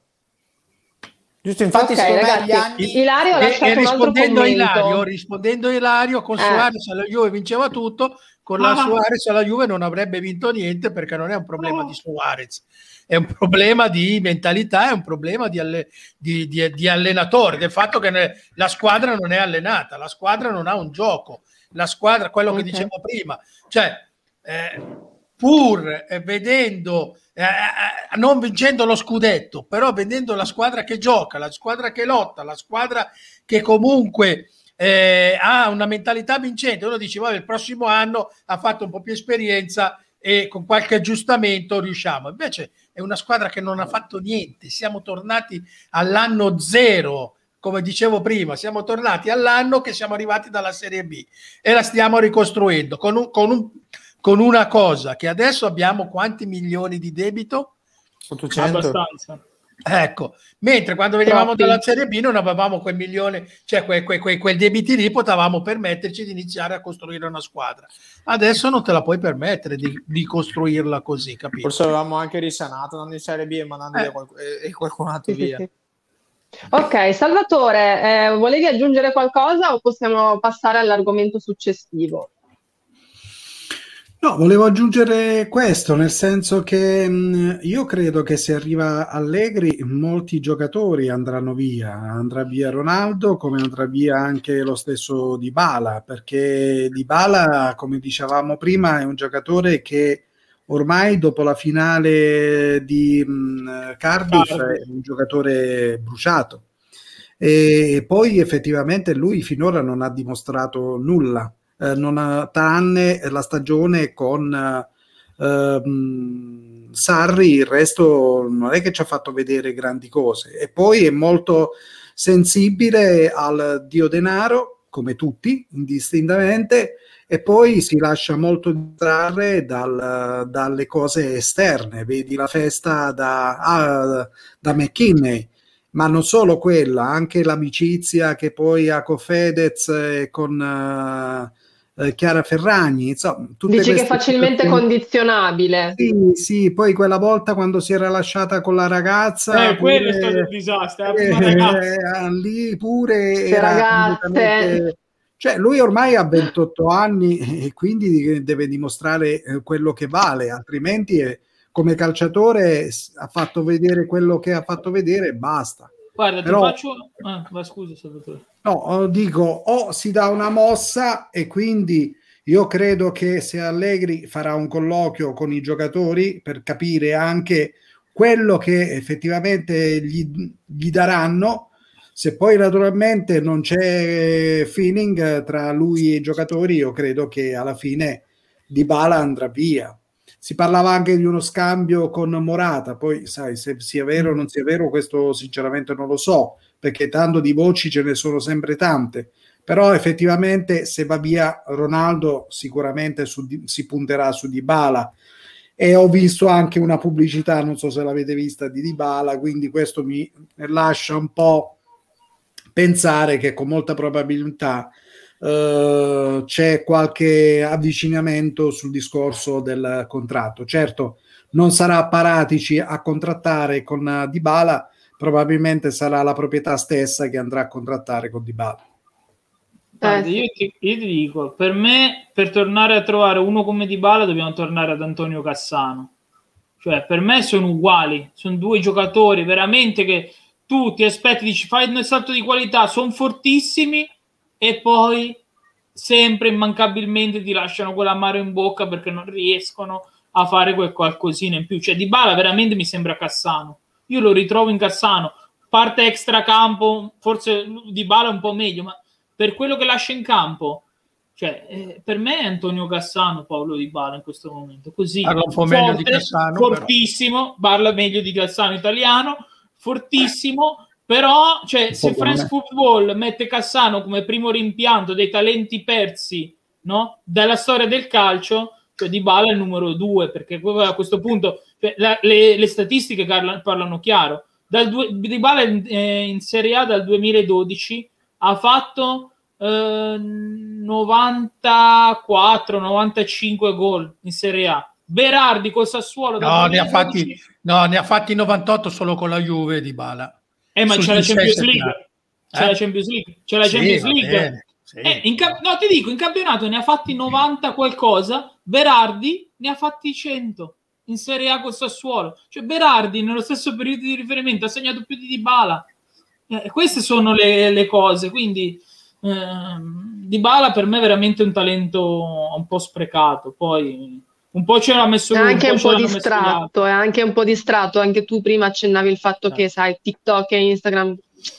giusto, infatti okay, ragazzi, gli anni... Ilario ha lasciato e, e rispondendo un a Ilario rispondendo a Ilario con eh. Suarez la Juve vinceva tutto, con la ah. Suarez la Juve non avrebbe vinto niente, perché non è un problema oh. di Suarez, è un problema di mentalità, è un problema di, alle, di, di, di allenatore, del fatto che ne, la squadra non è allenata, la squadra non ha un gioco, la squadra, quello okay. che dicevo prima, cioè eh, pur eh, vedendo eh, eh, non vincendo lo scudetto, però vedendo la squadra che gioca, la squadra che lotta, la squadra che comunque eh, ha una mentalità vincente, uno dice vabbè, il prossimo anno ha fatto un po' più esperienza e con qualche aggiustamento riusciamo. Invece è una squadra che non ha fatto niente, siamo tornati all'anno zero, come dicevo prima, siamo tornati all'anno che siamo arrivati dalla Serie B e la stiamo ricostruendo con un, con un con una cosa, che adesso abbiamo quanti milioni di debito? ottocento. Abbastanza. Ecco, mentre quando venivamo Troppi. dalla Serie B non avevamo quel milione, cioè quei, quei, quei, quei debiti lì, potevamo permetterci di iniziare a costruire una squadra. Adesso non te la puoi permettere di, di costruirla così, capito? Forse avevamo anche risanato andando in Serie B e mandando eh. via qualc- e qualcun altro sì, via. Sì, sì. Ok, Salvatore, eh, volevi aggiungere qualcosa o possiamo passare all'argomento successivo? No, volevo aggiungere questo, nel senso che mh, io credo che se arriva Allegri molti giocatori andranno via, andrà via Ronaldo come andrà via anche lo stesso Dybala, perché Dybala, come dicevamo prima, è un giocatore che ormai dopo la finale di mh, Cardiff è un giocatore bruciato, e poi effettivamente lui finora non ha dimostrato nulla. Eh, non ha, tranne la stagione con eh, mh, Sarri, il resto non è che ci ha fatto vedere grandi cose, e poi è molto sensibile al dio denaro come tutti indistintamente, e poi si lascia molto distrarre dal, dalle cose esterne, vedi la festa da, ah, da McKinney, ma non solo quella, anche l'amicizia che poi ha con Fedez e con uh, Chiara Ferragni, insomma, tutte dici che è facilmente situazioni... condizionabile. Sì, sì, poi quella volta quando si era lasciata con la ragazza, eh, pure, quello è stato un disastro, eh, eh, lì pure le era ragazze, cioè lui ormai ha ventotto anni e quindi deve dimostrare quello che vale, altrimenti è, come calciatore ha fatto vedere quello che ha fatto vedere e basta. Guarda, Però, ti faccio... Ah, ma scusa, Salvatore. No, dico, o si dà una mossa e quindi io credo che se Allegri farà un colloquio con i giocatori per capire anche quello che effettivamente gli, gli daranno, se poi naturalmente non c'è feeling tra lui e i giocatori, io credo che alla fine Dybala andrà via. Si parlava anche di uno scambio con Morata, poi sai, se sia vero o non sia vero, questo sinceramente non lo so, perché tanto di voci ce ne sono sempre tante, però effettivamente se va via Ronaldo sicuramente su, si punterà su Dybala, e ho visto anche una pubblicità, non so se l'avete vista, di Dybala, quindi questo mi lascia un po' pensare che con molta probabilità Uh, c'è qualche avvicinamento sul discorso del contratto. Certo, non sarà Paratici a contrattare con Dybala, probabilmente sarà la proprietà stessa che andrà a contrattare con Dybala. Guarda, io, ti, io ti dico, per me, per tornare a trovare uno come Dybala dobbiamo tornare ad Antonio Cassano. Cioè, per me sono uguali, sono due giocatori veramente che tu ti aspetti, dici fai un salto di qualità, sono fortissimi, e poi sempre immancabilmente ti lasciano quell'amaro in bocca perché non riescono a fare quel qualcosina in più. Cioè Dybala veramente mi sembra Cassano, io lo ritrovo in Cassano, parte extracampo, forse Dybala un po' meglio, ma per quello che lascia in campo, cioè eh, per me è Antonio Cassano Paolo Dybala in questo momento, così parla un po' forte, meglio di Cassano, fortissimo, però. Parla meglio di Cassano italiano, fortissimo. Però, cioè, se France Football mette Cassano come primo rimpianto dei talenti persi, no? Dalla storia del calcio, cioè Dybala è il numero due, perché a questo punto cioè, la, le, le statistiche parlano, parlano chiaro. Dal due, Dybala in, eh, in Serie A dal duemiladodici ha fatto eh, novantaquattro novantacinque gol in Serie A. Berardi col Sassuolo no, ne ha fatti, no, ne ha fatti novantotto solo con la Juve Dybala. Eh, ma c'è la Champions League. C'è eh? la Champions League. C'è la sì, Champions League. Sì, eh, in cap- no, ti dico, in campionato ne ha fatti novanta qualcosa, Berardi ne ha fatti cento in Serie A col Sassuolo. Cioè Berardi nello stesso periodo di riferimento ha segnato più di Dybala. Eh, queste sono le, le cose, quindi ehm, Dybala per me è veramente un talento un po' sprecato, poi un po' ce l'ha messo lui, è anche un po', un po' distratto, è anche un po' distratto, anche tu prima accennavi il fatto eh. che sai TikTok e Instagram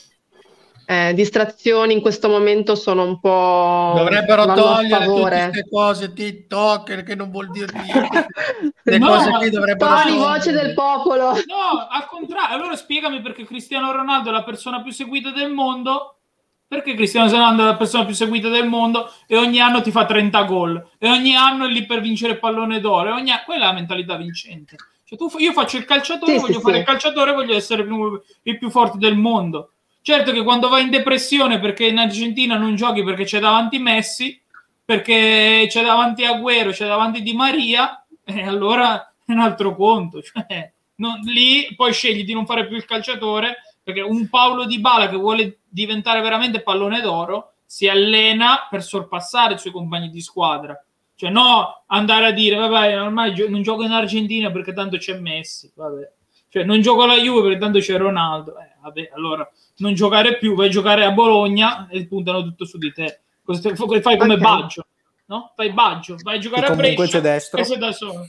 eh, distrazioni in questo momento sono un po' dovrebbero togliere tutte queste cose TikTok che non vuol dire niente. Le no, cose qui dovrebbero togliere voce del popolo. No, al contrario, allora spiegami perché Cristiano Ronaldo è la persona più seguita del mondo. Perché Cristiano Ronaldo è la persona più seguita del mondo e ogni anno ti fa trenta gol e ogni anno è lì per vincere il pallone d'oro e ogni anno... quella è la mentalità vincente. Cioè, tu, io faccio il calciatore, sì, voglio sì, fare sì. il calciatore, voglio essere più, il più forte del mondo. Certo che quando vai in depressione perché in Argentina non giochi perché c'è davanti Messi, perché c'è davanti Agüero, c'è davanti Di Maria, e allora è un altro conto. Cioè, non, lì poi scegli di non fare più il calciatore, perché un Paolo Dybala che vuole diventare veramente pallone d'oro si allena per sorpassare i suoi compagni di squadra, cioè no andare a dire vabbè ormai gio- non gioco in Argentina perché tanto c'è Messi, vabbè, cioè non gioco alla Juve perché tanto c'è Ronaldo, eh, vabbè, allora non giocare più, vai a giocare a Bologna e puntano tutto su di te. Fai come okay. Baggio, no? Fai Baggio, vai a giocare a Brescia c'è destro. e sei da solo,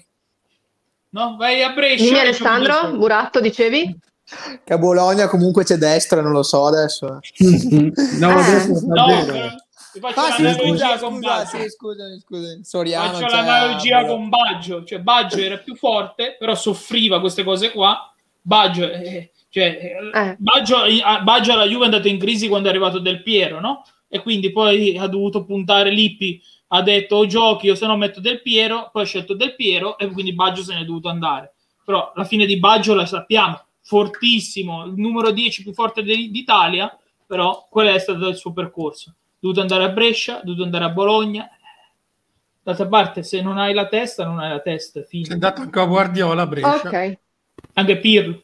no? Vai a Brescia. Dimmi Alessandro, Buratto dicevi? Che a Bologna comunque c'è destra, non lo so adesso. no, ah, adesso no ti faccio ah, l'analogia sì, con scusa, Baggio. Sì, scusami, scusami. Soriano, faccio l'analogia a... con Baggio, cioè Baggio era più forte, però soffriva queste cose qua. Baggio, eh, cioè, eh. Baggio, Baggio alla Juve è andato in crisi quando è arrivato Del Piero, no? E quindi poi ha dovuto puntare Lippi, ha detto o giochi o se no metto Del Piero, poi ha scelto Del Piero e quindi Baggio se ne è dovuto andare. Però la fine di Baggio la sappiamo, fortissimo, il numero dieci più forte d'Italia, però quello è stato il suo percorso. Ha dovuto andare a Brescia, ha dovuto andare a Bologna. D'altra parte, se non hai la testa, non hai la testa. Fine. Sei andato anche a Guardiola a Brescia. Ok. Anche Pirlo.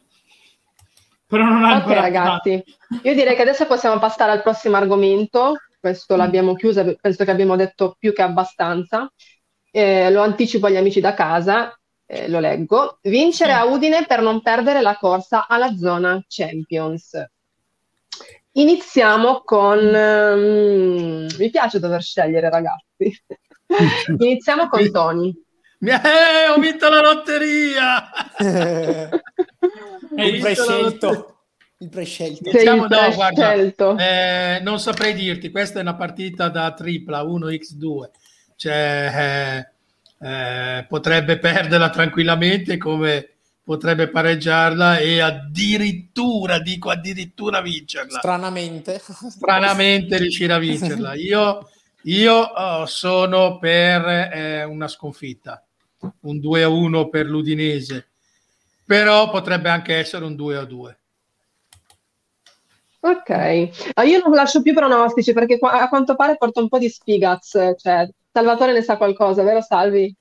Però non ha ok, ragazzi. Io direi che adesso possiamo passare al prossimo argomento. Questo mm. l'abbiamo chiuso, penso che abbiamo detto più che abbastanza. Eh, lo anticipo agli amici da casa. eh, lo leggo. Vincere a Udine per non perdere la corsa alla zona Champions. Iniziamo con... Um, mi piace dover scegliere, ragazzi. Iniziamo con Tony. Eh, ho vinto la lotteria! Il prescelto. Il prescelto. Diciamo, no, guarda, eh, non saprei dirti, questa è una partita da tripla uno per due, cioè eh, eh, potrebbe perderla tranquillamente come potrebbe pareggiarla e addirittura, dico addirittura vincerla. Stranamente. Stranamente riuscire a vincerla. Io, io oh, sono per eh, una sconfitta, un due a uno per l'Udinese, però potrebbe anche essere un due a due. Ok, ah, io non lascio più pronostici perché qua, a quanto pare porta un po' di Spigaz, cioè Salvatore ne sa qualcosa, vero Salvi?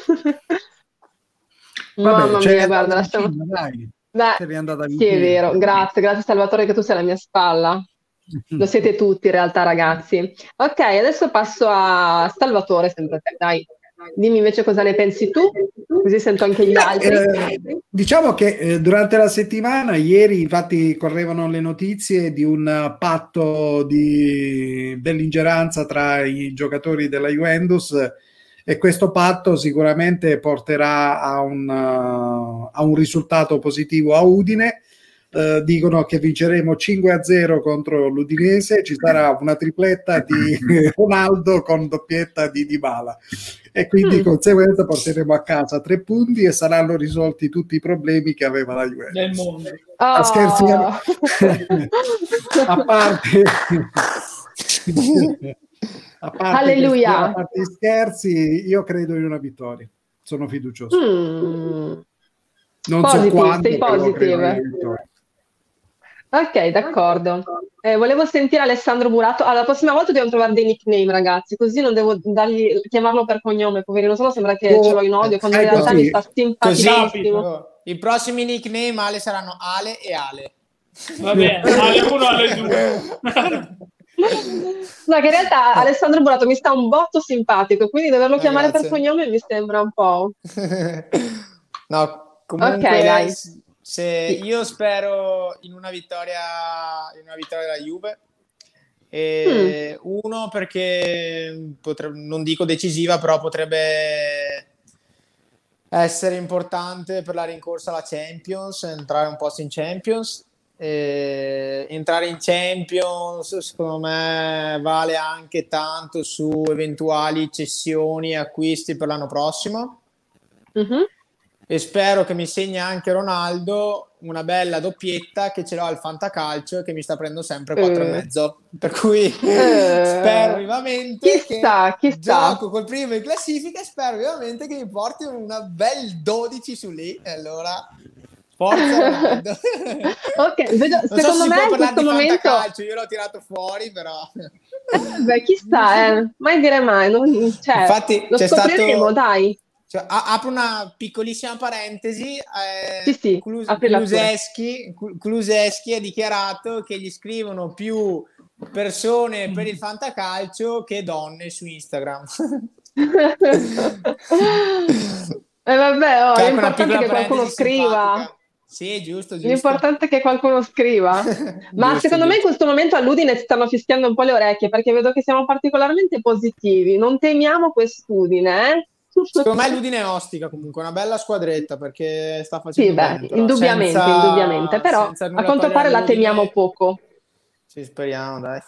Vabbè, Mamma mia, guarda, lasciamo... dai. Beh, sì, è vero, grazie, grazie Salvatore che tu sei alla mia spalla. Lo siete tutti in realtà, ragazzi. Ok, adesso passo a Salvatore, sempre te, dai. Dimmi invece cosa ne pensi tu, così sento anche gli altri. Eh, diciamo che eh, durante la settimana, ieri infatti correvano le notizie di un uh, patto di belligeranza tra i giocatori della Juventus e questo patto sicuramente porterà a un, uh, a un risultato positivo a Udine. Uh, dicono che vinceremo cinque a zero contro l'Udinese, ci sarà una tripletta di Ronaldo con doppietta di Dybala e quindi di conseguenza porteremo a casa tre punti e saranno risolti tutti i problemi che aveva la Juventus del mondo. Oh. Scherzi a, a parte a parte, Alleluia. a parte gli scherzi, io credo in una vittoria, sono fiducioso. Mm. Non Positive, so quando, sei però credo in una positive. vittoria. Ok, d'accordo. Eh, volevo sentire Alessandro Burato. Allora, la prossima volta dobbiamo trovare dei nickname, ragazzi, così non devo dargli, chiamarlo per cognome, poverino, sennò sembra che Oh, ce l'ho in odio, quando in eh, realtà così. mi sta simpaticissimo. Così, i prossimi nickname Ale saranno Ale e Ale. Va bene, Ale uno, Ale due. No, che in realtà Alessandro Burato mi sta un botto simpatico, quindi doverlo Eh, chiamare grazie. per cognome mi sembra un po'... No, comunque Ok, dai. se Sì. io spero in una vittoria in una vittoria della Juve. E Mm. Uno perché potrebbe, non dico decisiva, però potrebbe essere importante per la rincorsa alla Champions, entrare un posto in Champions. E entrare in Champions secondo me vale anche tanto su eventuali cessioni e acquisti per l'anno prossimo. Mhm. E spero che mi segni anche Ronaldo una bella doppietta che ce l'ho al Fantacalcio e che mi sta prendendo sempre quattro Eh. e mezzo, per cui Eh. spero vivamente Chissà, che chissà. gioco col primo in classifica e spero vivamente che mi porti una bel dodici su lì e allora forza Ronaldo. Ok, vedo- Non so secondo se si me può in parlare questo di momento... Fantacalcio, io l'ho tirato fuori però Eh, beh, chissà, eh. Mai dire mai. non- cioè, infatti lo c'è scopriremo, stato dai. Cioè, a- apro una piccolissima parentesi. eh, Sì, sì, Klus- aprila pure. Kulusevski, Ku- Kulusevski ha dichiarato che gli scrivono più persone per il fantacalcio che donne su Instagram. E vabbè, oh, Cioè, è con una importante piccola che qualcuno parentesi scriva. simpatica. Sì, giusto, giusto. L'importante è che qualcuno scriva. Ma Giusto, secondo me in giusto. questo momento all'Udine stanno fischiando un po' le orecchie perché vedo che siamo particolarmente positivi. Non temiamo quest'Udine, eh? Secondo me l'Udine è ostica comunque, una bella squadretta perché sta Sì, facendo beh, bene. Però indubbiamente, senza- indubbiamente. Però senza a nulla quanto togliere pare la all'Udine. temiamo poco. Sì, speriamo, dai.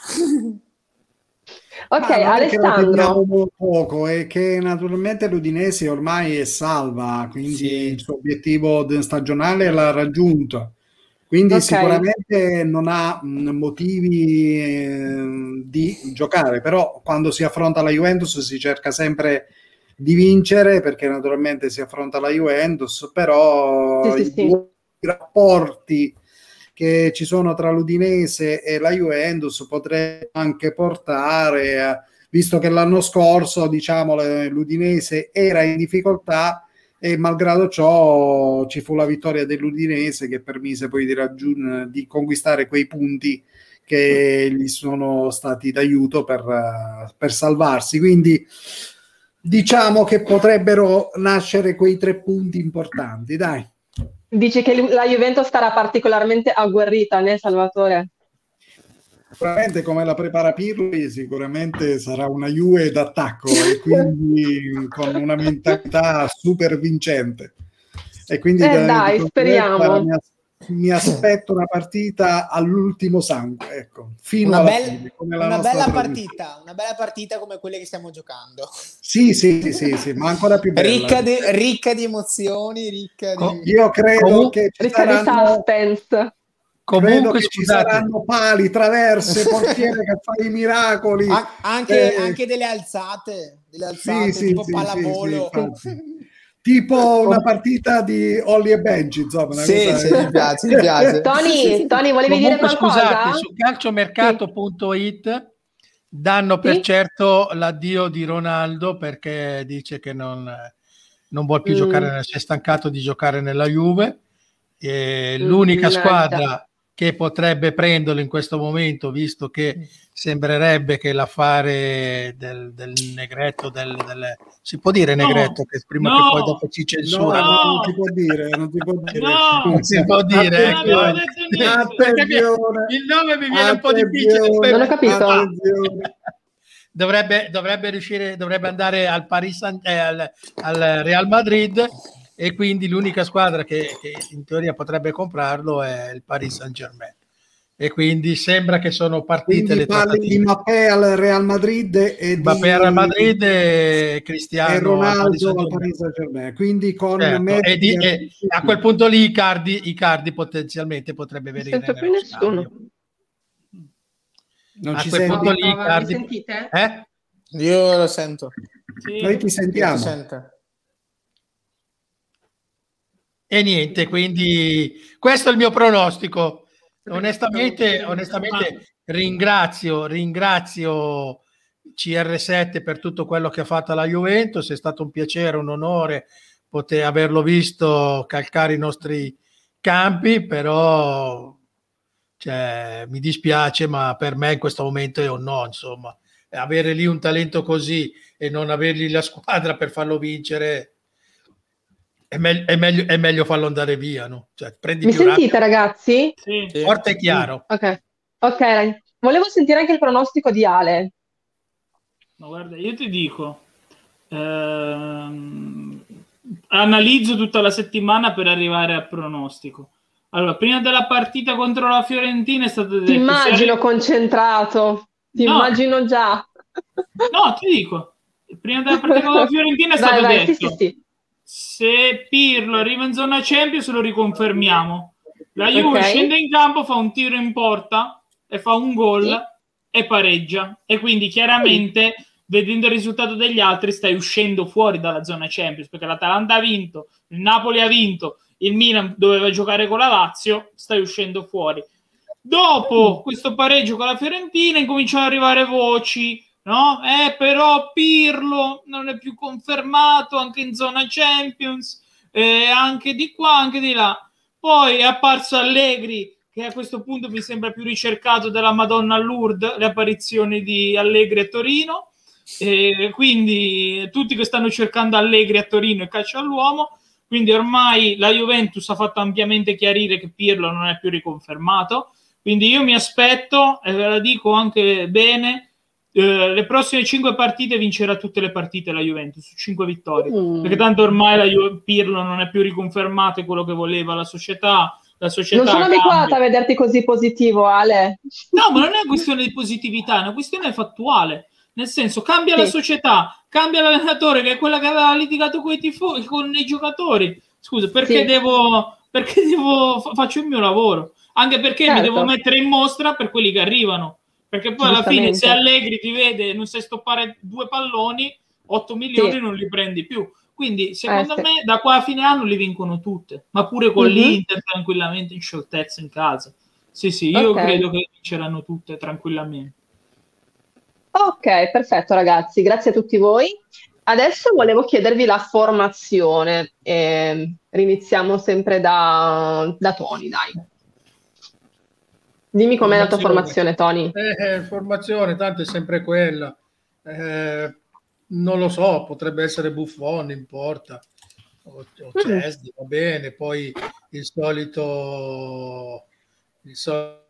Ok, Ma non è che lo temiamo Alessandro. poco, è che naturalmente l'Udinese ormai è salva, quindi Sì. il suo obiettivo de- stagionale l'ha raggiunto. Quindi Ok. sicuramente non ha mh, motivi eh, di giocare, però quando si affronta la Juventus si cerca sempre di vincere perché naturalmente si affronta la Juventus, però Sì, sì, i sì. buoni rapporti che ci sono tra l'Udinese e la Juventus potrebbe anche portare, a, visto che l'anno scorso diciamo l'Udinese era in difficoltà e malgrado ciò ci fu la vittoria dell'Udinese che permise poi di, raggiungere, di conquistare quei punti che gli sono stati d'aiuto per, per salvarsi, quindi diciamo che potrebbero nascere quei tre punti importanti, dai. Dici che la Juventus starà particolarmente agguerrita, né Salvatore? Sicuramente come la prepara Pirlo, sicuramente sarà una Juve d'attacco e quindi con una mentalità super vincente. E quindi eh da, dai, speriamo. Mi, mi aspetto una partita all'ultimo sangue, ecco, fino una alla bella, fine. Come una la bella partita, una bella partita come quelle che stiamo giocando. Sì, sì, sì, sì, sì, ma ancora più bella. Ricca di, ricca di emozioni, ricca di... Io credo Comunque, che ci ricca saranno... di suspense. Credo Comunque, che scusate. ci saranno pali, traverse, portiere che fa i miracoli. An- anche, eh, anche delle alzate, delle alzate sì, tipo sì, pallavolo. sì, sì, tipo una partita di Olli e Benji, insomma. Una sì, cosa... sì, mi piace, mi piace. Tony, Tony, volevi Comunque, dire qualcosa? scusate, su calciomercato punto it danno per Sì? certo l'addio di Ronaldo perché dice che non, non vuol più Mm. giocare, si è stancato di giocare nella Juve. E Mm, l'unica mannaggia. squadra che potrebbe prenderlo in questo momento, visto che sembrerebbe che l'affare del, del negretto, del, del, si può dire negretto, no, che prima no, che poi dopo ci No, censura, no, no. non si può dire, non si può dire. No, non si può dire, non ecco. avevo detto niente. Perché mi- Attenzione, il nome mi viene un po' difficile. attenzione, Non ho capito. attenzione. Dovrebbe, dovrebbe riuscire, dovrebbe andare al Paris Saint- eh, al, al Real Madrid, e quindi l'unica squadra che, che in teoria potrebbe comprarlo è il Paris Saint Germain, e quindi sembra che sono partite Quindi le parli di trattative. Mbappé al Real Madrid e Mbappé di al Real Madrid e Cristiano e Ronaldo al Paris al Saint-Germain. Paris Saint-Germain. Quindi con Certo, Messi e, di, a... e a quel punto lì Icardi, Icardi potenzialmente potrebbe Non venire sento più nello nessuno. scambio. Non A ci quel senti? punto lì Prova, mi Icardi, sentite? eh? Io lo sento. Sì. Noi ti Io sentiamo. ti sento. E niente, quindi questo è il mio pronostico. Onestamente, onestamente ringrazio, ringrazio C R sette per tutto quello che ha fatto alla Juventus. È stato un piacere, un onore poter averlo visto calcare i nostri campi, però cioè, mi dispiace, ma per me in questo momento è un no, insomma. Avere lì un talento così e non avergli la squadra per farlo vincere, è, me- è, meglio, è meglio farlo andare via, no? Cioè, prendi Mi più sentite, rabbia. ragazzi? Sì. Sì. Forte e chiaro. Ok. Ok, volevo sentire anche il pronostico di Ale. Ma guarda, io ti dico, ehm, analizzo tutta la settimana per arrivare al pronostico. Allora, prima della partita contro la Fiorentina è stato detto... Ti immagino arri- concentrato. Ti No. immagino già. No, ti dico, prima della partita contro la Fiorentina è Vai, stato vai, detto... sì, sì, sì. Se Pirlo arriva in zona Champions lo riconfermiamo. La Juve Ok. scende in campo, fa un tiro in porta e fa un gol Sì. e pareggia. E quindi chiaramente, vedendo il risultato degli altri, stai uscendo fuori dalla zona Champions, perché l'Atalanta ha vinto, il Napoli ha vinto, il Milan doveva giocare con la Lazio, stai uscendo fuori. Dopo questo pareggio con la Fiorentina incominciano ad arrivare voci, no? Eh, però Pirlo non è più confermato anche in zona Champions, eh, anche di qua, anche di là. Poi è apparso Allegri, che a questo punto mi sembra più ricercato della Madonna a Lourdes, le apparizioni di Allegri a Torino, e quindi tutti che stanno cercando Allegri a Torino e calcio all'uomo. Quindi ormai la Juventus ha fatto ampiamente chiarire che Pirlo non è più riconfermato. Quindi io mi aspetto, e ve la dico anche bene, eh, le prossime cinque partite vincerà tutte le partite la Juventus, cinque vittorie, Mm. perché tanto ormai la Ju- Pirlo non è più riconfermato, è quello che voleva la società, la società Non sono cambia. abituata a vederti così positivo, Ale. No, ma non è una questione di positività, è una questione fattuale. Nel senso, cambia Sì. la società, cambia l'allenatore, che è quella che aveva litigato con i tifosi, con i giocatori. Scusa, perché Sì. devo, perché devo, fa- faccio il mio lavoro. Anche perché mi Certo. devo mettere in mostra per quelli che arrivano. Perché poi alla fine, se Giustamente. Allegri ti vede e non sai stoppare due palloni, otto milioni Sì. non li prendi più. Quindi, secondo Eh, sì. me, da qua a fine anno li vincono tutte. Ma pure con Mhm. l'Inter, tranquillamente, in scioltezza in casa. Sì, sì, io Ok. credo che vinceranno tutte tranquillamente. Ok, perfetto ragazzi, grazie a tutti voi. Adesso volevo chiedervi la formazione. Eh, riniziamo sempre da, da Tony, dai. Dimmi com'è la tua formazione, Tony. Eh, eh, formazione, tanto è sempre quella. Eh, non lo so, potrebbe essere Buffon in porta o, o Cesni, va bene, poi il solito il solito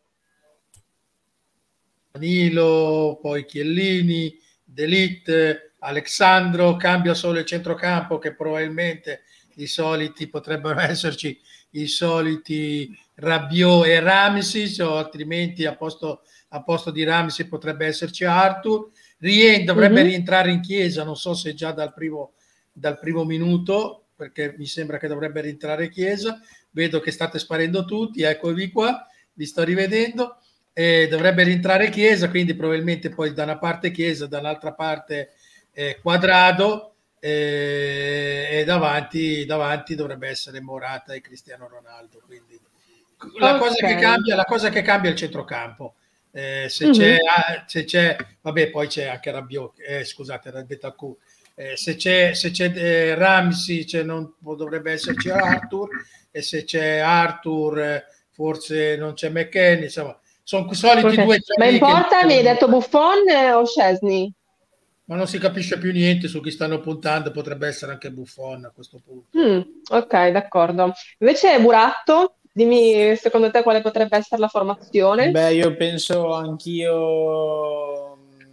Danilo, poi Chiellini, De Ligt, Alexandro, cambia solo il centrocampo, che probabilmente i soliti potrebbero esserci i soliti Rabiot e Ramsey, o altrimenti a posto, a posto di Ramsey potrebbe esserci Arthur. Rien dovrebbe mm-hmm. rientrare in Chiesa, non so se già dal primo, dal primo minuto, perché mi sembra che dovrebbe rientrare in Chiesa. Vedo che state sparendo tutti, eccovi qua, vi sto rivedendo. Eh, dovrebbe rientrare Chiesa, quindi probabilmente poi da una parte Chiesa, dall'altra parte eh, Quadrado, eh, e davanti, davanti dovrebbe essere Morata e Cristiano Ronaldo. Quindi la, okay. cosa che cambia, la cosa che cambia è il centrocampo. Eh, se, mm-hmm. c'è, se c'è, vabbè, poi c'è anche Rabiot, eh, scusate, Bentancur. Eh, se c'è, se c'è eh, Ramsey, c'è, non dovrebbe esserci Arthur, e se c'è Arthur, eh, forse non c'è McKennie, insomma. Sono soliti okay. due. Ma in porta che... mi hai detto Buffon o Szczesny? Ma non si capisce più niente su chi stanno puntando, potrebbe essere anche Buffon a questo punto. Mm, ok, d'accordo. Invece Buratto, dimmi secondo te quale potrebbe essere la formazione? Beh, io penso anch'io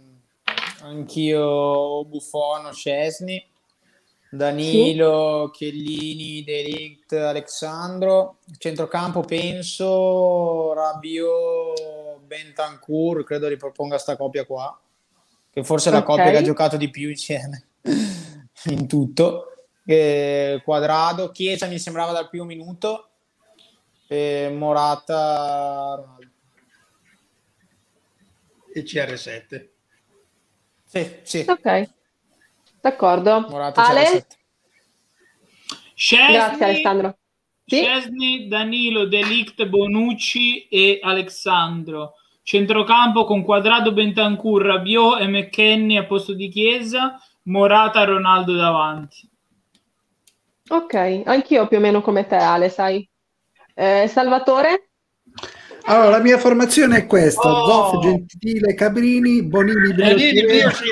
anch'io Buffon o Szczesny, Danilo, sì. Chiellini, De Ligt, Alexandro. Centrocampo penso Rabiot, Bentancur, credo riproponga sta coppia qua, che forse è la okay. coppia che ha giocato di più insieme in tutto. E Quadrado, Chiesa mi sembrava dal primo minuto, e Morata, Ronaldo. E C R sette. Sì, sì. Ok. D'accordo. Morata Ale? Szczesny, grazie Alessandro. Sì? Szczesny, Danilo, De Ligt, Bonucci e Alexandro. Centrocampo con Quadrado, Bentancur, Rabiot e McKennie a posto di Chiesa, Morata, Ronaldo davanti. Ok, anch'io più o meno come te Ale, sai. Eh, Salvatore? Allora, la mia formazione è questa: oh. Zoff, Gentile, Cabrini, Bonini, Brioche.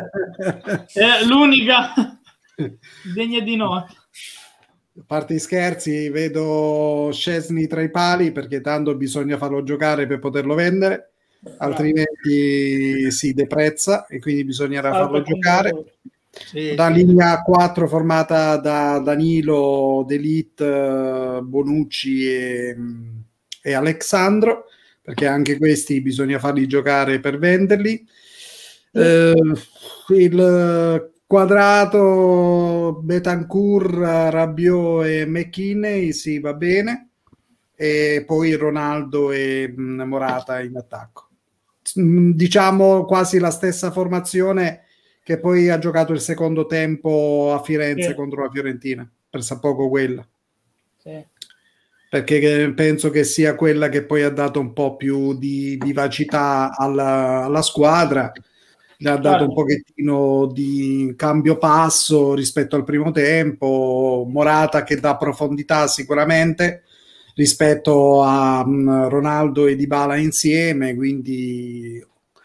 È l'unica degna di nota. A parte i scherzi, vedo Szczesny tra i pali, perché tanto bisogna farlo giocare per poterlo vendere, altrimenti si deprezza e quindi bisognerà farlo giocare. Sì, da sì. Linea quattro formata da Danilo, De Ligt, Bonucci e, e Alexandro, perché anche questi bisogna farli giocare per venderli. Eh, il Quadrato, Bentancur, Rabiot e McKennie, sì, va bene, e poi Ronaldo e Morata in attacco. Diciamo quasi la stessa formazione che poi ha giocato il secondo tempo a Firenze sì. contro la Fiorentina, per sa poco quella. Sì. Perché penso che sia quella che poi ha dato un po' più di vivacità alla, alla squadra, le ha dato un pochettino di cambio passo rispetto al primo tempo. Morata che dà profondità sicuramente rispetto a um, Ronaldo e Dybala insieme, quindi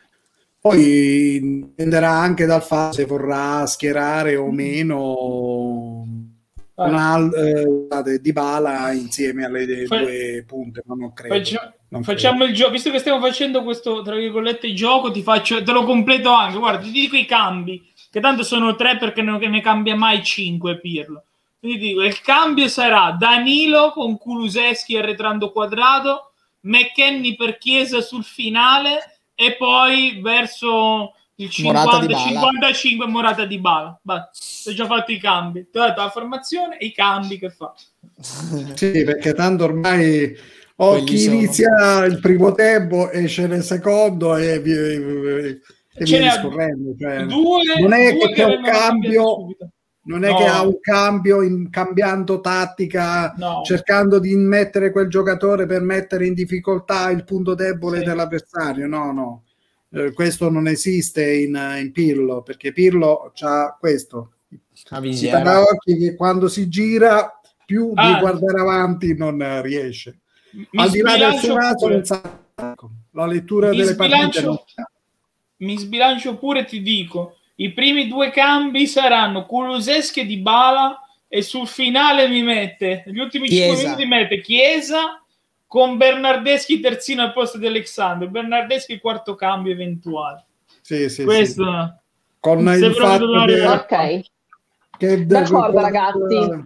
poi dipenderà anche dal fatto se vorrà schierare o meno Ronaldo e Dybala insieme alle Fa- due punte, ma non credo. Faccio- non facciamo credo. Il gioco, visto che stiamo facendo questo tra virgolette gioco, ti faccio, te lo completo anche. Guarda, ti dico i cambi, che tanto sono tre perché non ne cambia mai cinque Pirlo. Quindi dico, il cambio sarà Danilo con Kulusevski arretrando Quadrado, McKennie per Chiesa sul finale e poi verso il cinquanta cinquantacinque Morata Dybala. Ho già fatto i cambi, ti ho detto la formazione e i cambi che fa. Sì, perché tanto ormai o oh, chi sono. Inizia il primo tempo esce nel secondo e via, e via discorrendo, cioè, due, non è due che c'è un cambio, non è no. che ha un cambio in, cambiando tattica, no. cercando di mettere quel giocatore per mettere in difficoltà il punto debole sì. dell'avversario. No, no, eh, questo non esiste in, in Pirlo, perché Pirlo c'ha questo, si fa occhi che quando si gira più ah. di guardare avanti non riesce. Mi Al di là del suo naso, non sa, la lettura mi delle partite non sa. Mi sbilancio pure, ti dico I primi due cambi saranno Kulusevski e Dybala, e sul finale mi mette, negli ultimi cinque minuti mette Chiesa con Bernardeschi terzino al posto di Alexandro, Bernardeschi quarto cambio eventuale. Sì, sì, questo sì. Con il fatto che, ok, che d'accordo ragazzi,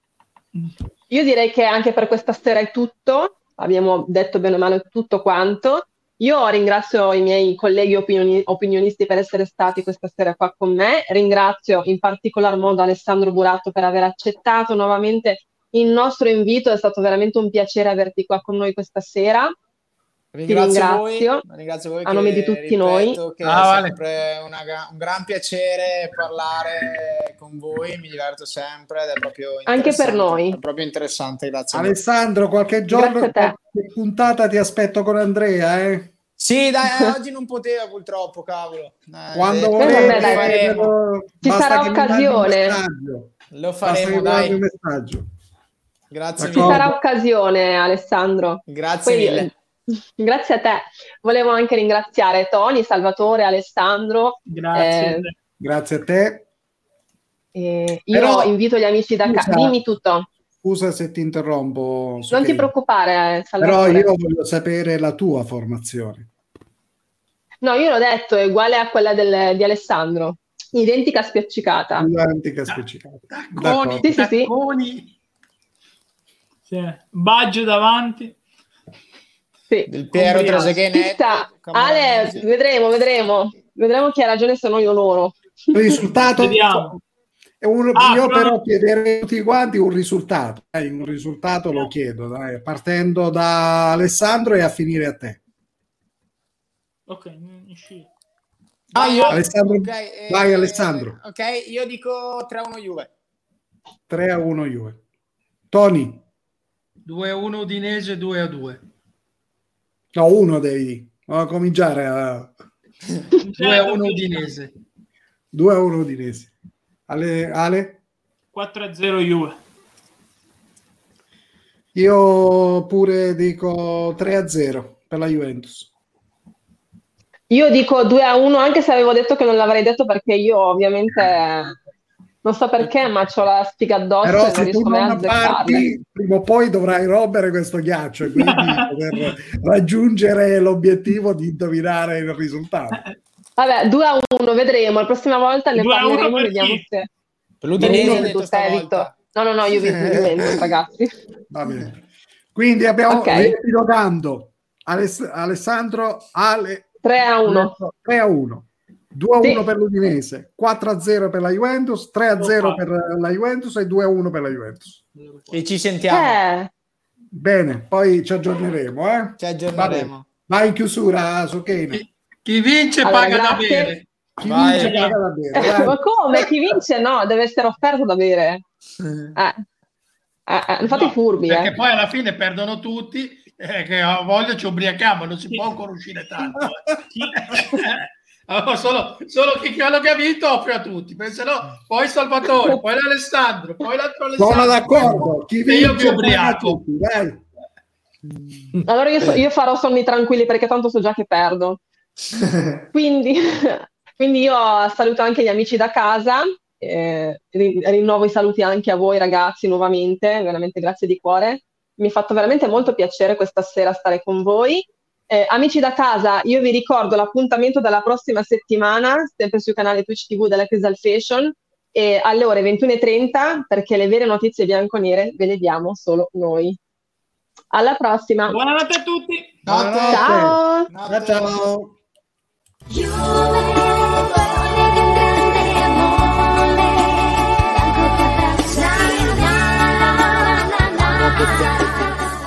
io direi che anche per questa sera è tutto, abbiamo detto bene o male tutto quanto. Io ringrazio i miei colleghi opinioni- opinionisti per essere stati questa sera qua con me, ringrazio in particolar modo Alessandro Buratto per aver accettato nuovamente il nostro invito, è stato veramente un piacere averti qua con noi questa sera. Ringrazio, Ti ringrazio, voi, ringrazio voi a nome che, di tutti ripeto, noi. che ah, è vale. sempre una, un gran piacere parlare con voi, mi diverto sempre ed è proprio anche per noi. È proprio interessante, grazie. Alessandro, qualche giorno, qualche puntata ti aspetto con Andrea, eh? Sì, dai, oggi non poteva purtroppo, cavolo. Eh, Quando eh, volete, vabbè, dai, faremo. Ci sarà occasione. Lo faremo, dai. Un messaggio. Grazie mille. Ci sarà occasione, Alessandro. Grazie Poi, mille. Grazie a te. Volevo anche ringraziare Tony, Salvatore, Alessandro. Grazie. Eh, grazie a te. Eh, io Però, invito gli amici da casa. Dimmi tutto. Scusa se ti interrompo. Non ti preoccupare, Salvatore. Però io voglio sapere la tua formazione. No, io l'ho detto, è uguale a quella del, di Alessandro. Identica spiaccicata. Identica spiaccicata. Tacconi, sì, sì, sì. Sì. Baggio davanti. Sì. Il Piero Trezeguet. Ale, vedremo, vedremo. Vedremo chi ha ragione, se no io loro. Il risultato... Vediamo. È un, ah, io però... però chiederei a tutti quanti un risultato. Dai, un risultato lo chiedo, dai, partendo da Alessandro e a finire a te. Ok, ah, io, Alessandro, okay, eh, vai Alessandro. Ok, io dico tre a uno Juve. tre a uno Juve. Tony? due a uno Udinese, due a due. No, uno devi no, cominciare a... due a uno Udinese. due a uno Udinese. Ale, Ale? quattro a zero Juve. Io pure dico tre a zero per la Juventus. Io dico due a uno, anche se avevo detto che non l'avrei detto, perché io ovviamente non so perché, ma c'ho la spiga addosso. Però e non riesco mai a parti, prima o poi dovrai rompere questo ghiaccio e quindi poter raggiungere l'obiettivo di indovinare il risultato. Vabbè, due a uno, vedremo. La prossima volta ne parleremo e vediamo chi? se... Per l'Udinese ho detto stavolta. No, no, no, io vi Juventus, ragazzi. Va bene. Quindi abbiamo okay. riepilogando Aless- Alessandro Ale tre a uno. tre a uno. due a uno sì. per l'Udinese, quattro a zero per la Juventus, tre a zero per la Juventus e due a uno per la Juventus. E ci sentiamo. Eh. Bene, poi ci aggiorneremo, eh? Ci aggiorneremo. Vai in chiusura, Sochena. Chi, chi vince allora, paga grazie. da bere. Chi Vai. vince paga da bere. Ma come? Chi vince no, deve essere offerto da bere. Eh. Eh, eh, fate no, i furbi. Perché eh. poi alla fine perdono tutti, eh, che a voglia ci ubriachiamo, non si può ancora uscire tanto. Eh. Allora, solo, solo chi quello che ha vinto offre a tutti, se no poi Salvatore, poi l'Alessandro, poi l'altro Alessandro. Sono d'accordo, chi vince io mi ubriaco. Tutti, dai. Allora io, so, io farò sonni tranquilli perché tanto so già che perdo. Quindi, quindi io saluto anche gli amici da casa, eh, rinnovo i saluti anche a voi ragazzi nuovamente, veramente grazie di cuore. Mi ha fatto veramente molto piacere questa sera stare con voi. Eh, amici da casa, io vi ricordo l'appuntamento della prossima settimana, sempre sul canale Twitch tivù della Crystal Fashion, e alle ore ventuno e trenta, perché le vere notizie bianconere ve le diamo solo noi. Alla prossima. Buonanotte a tutti. Notte. Ciao. Notte. Ciao.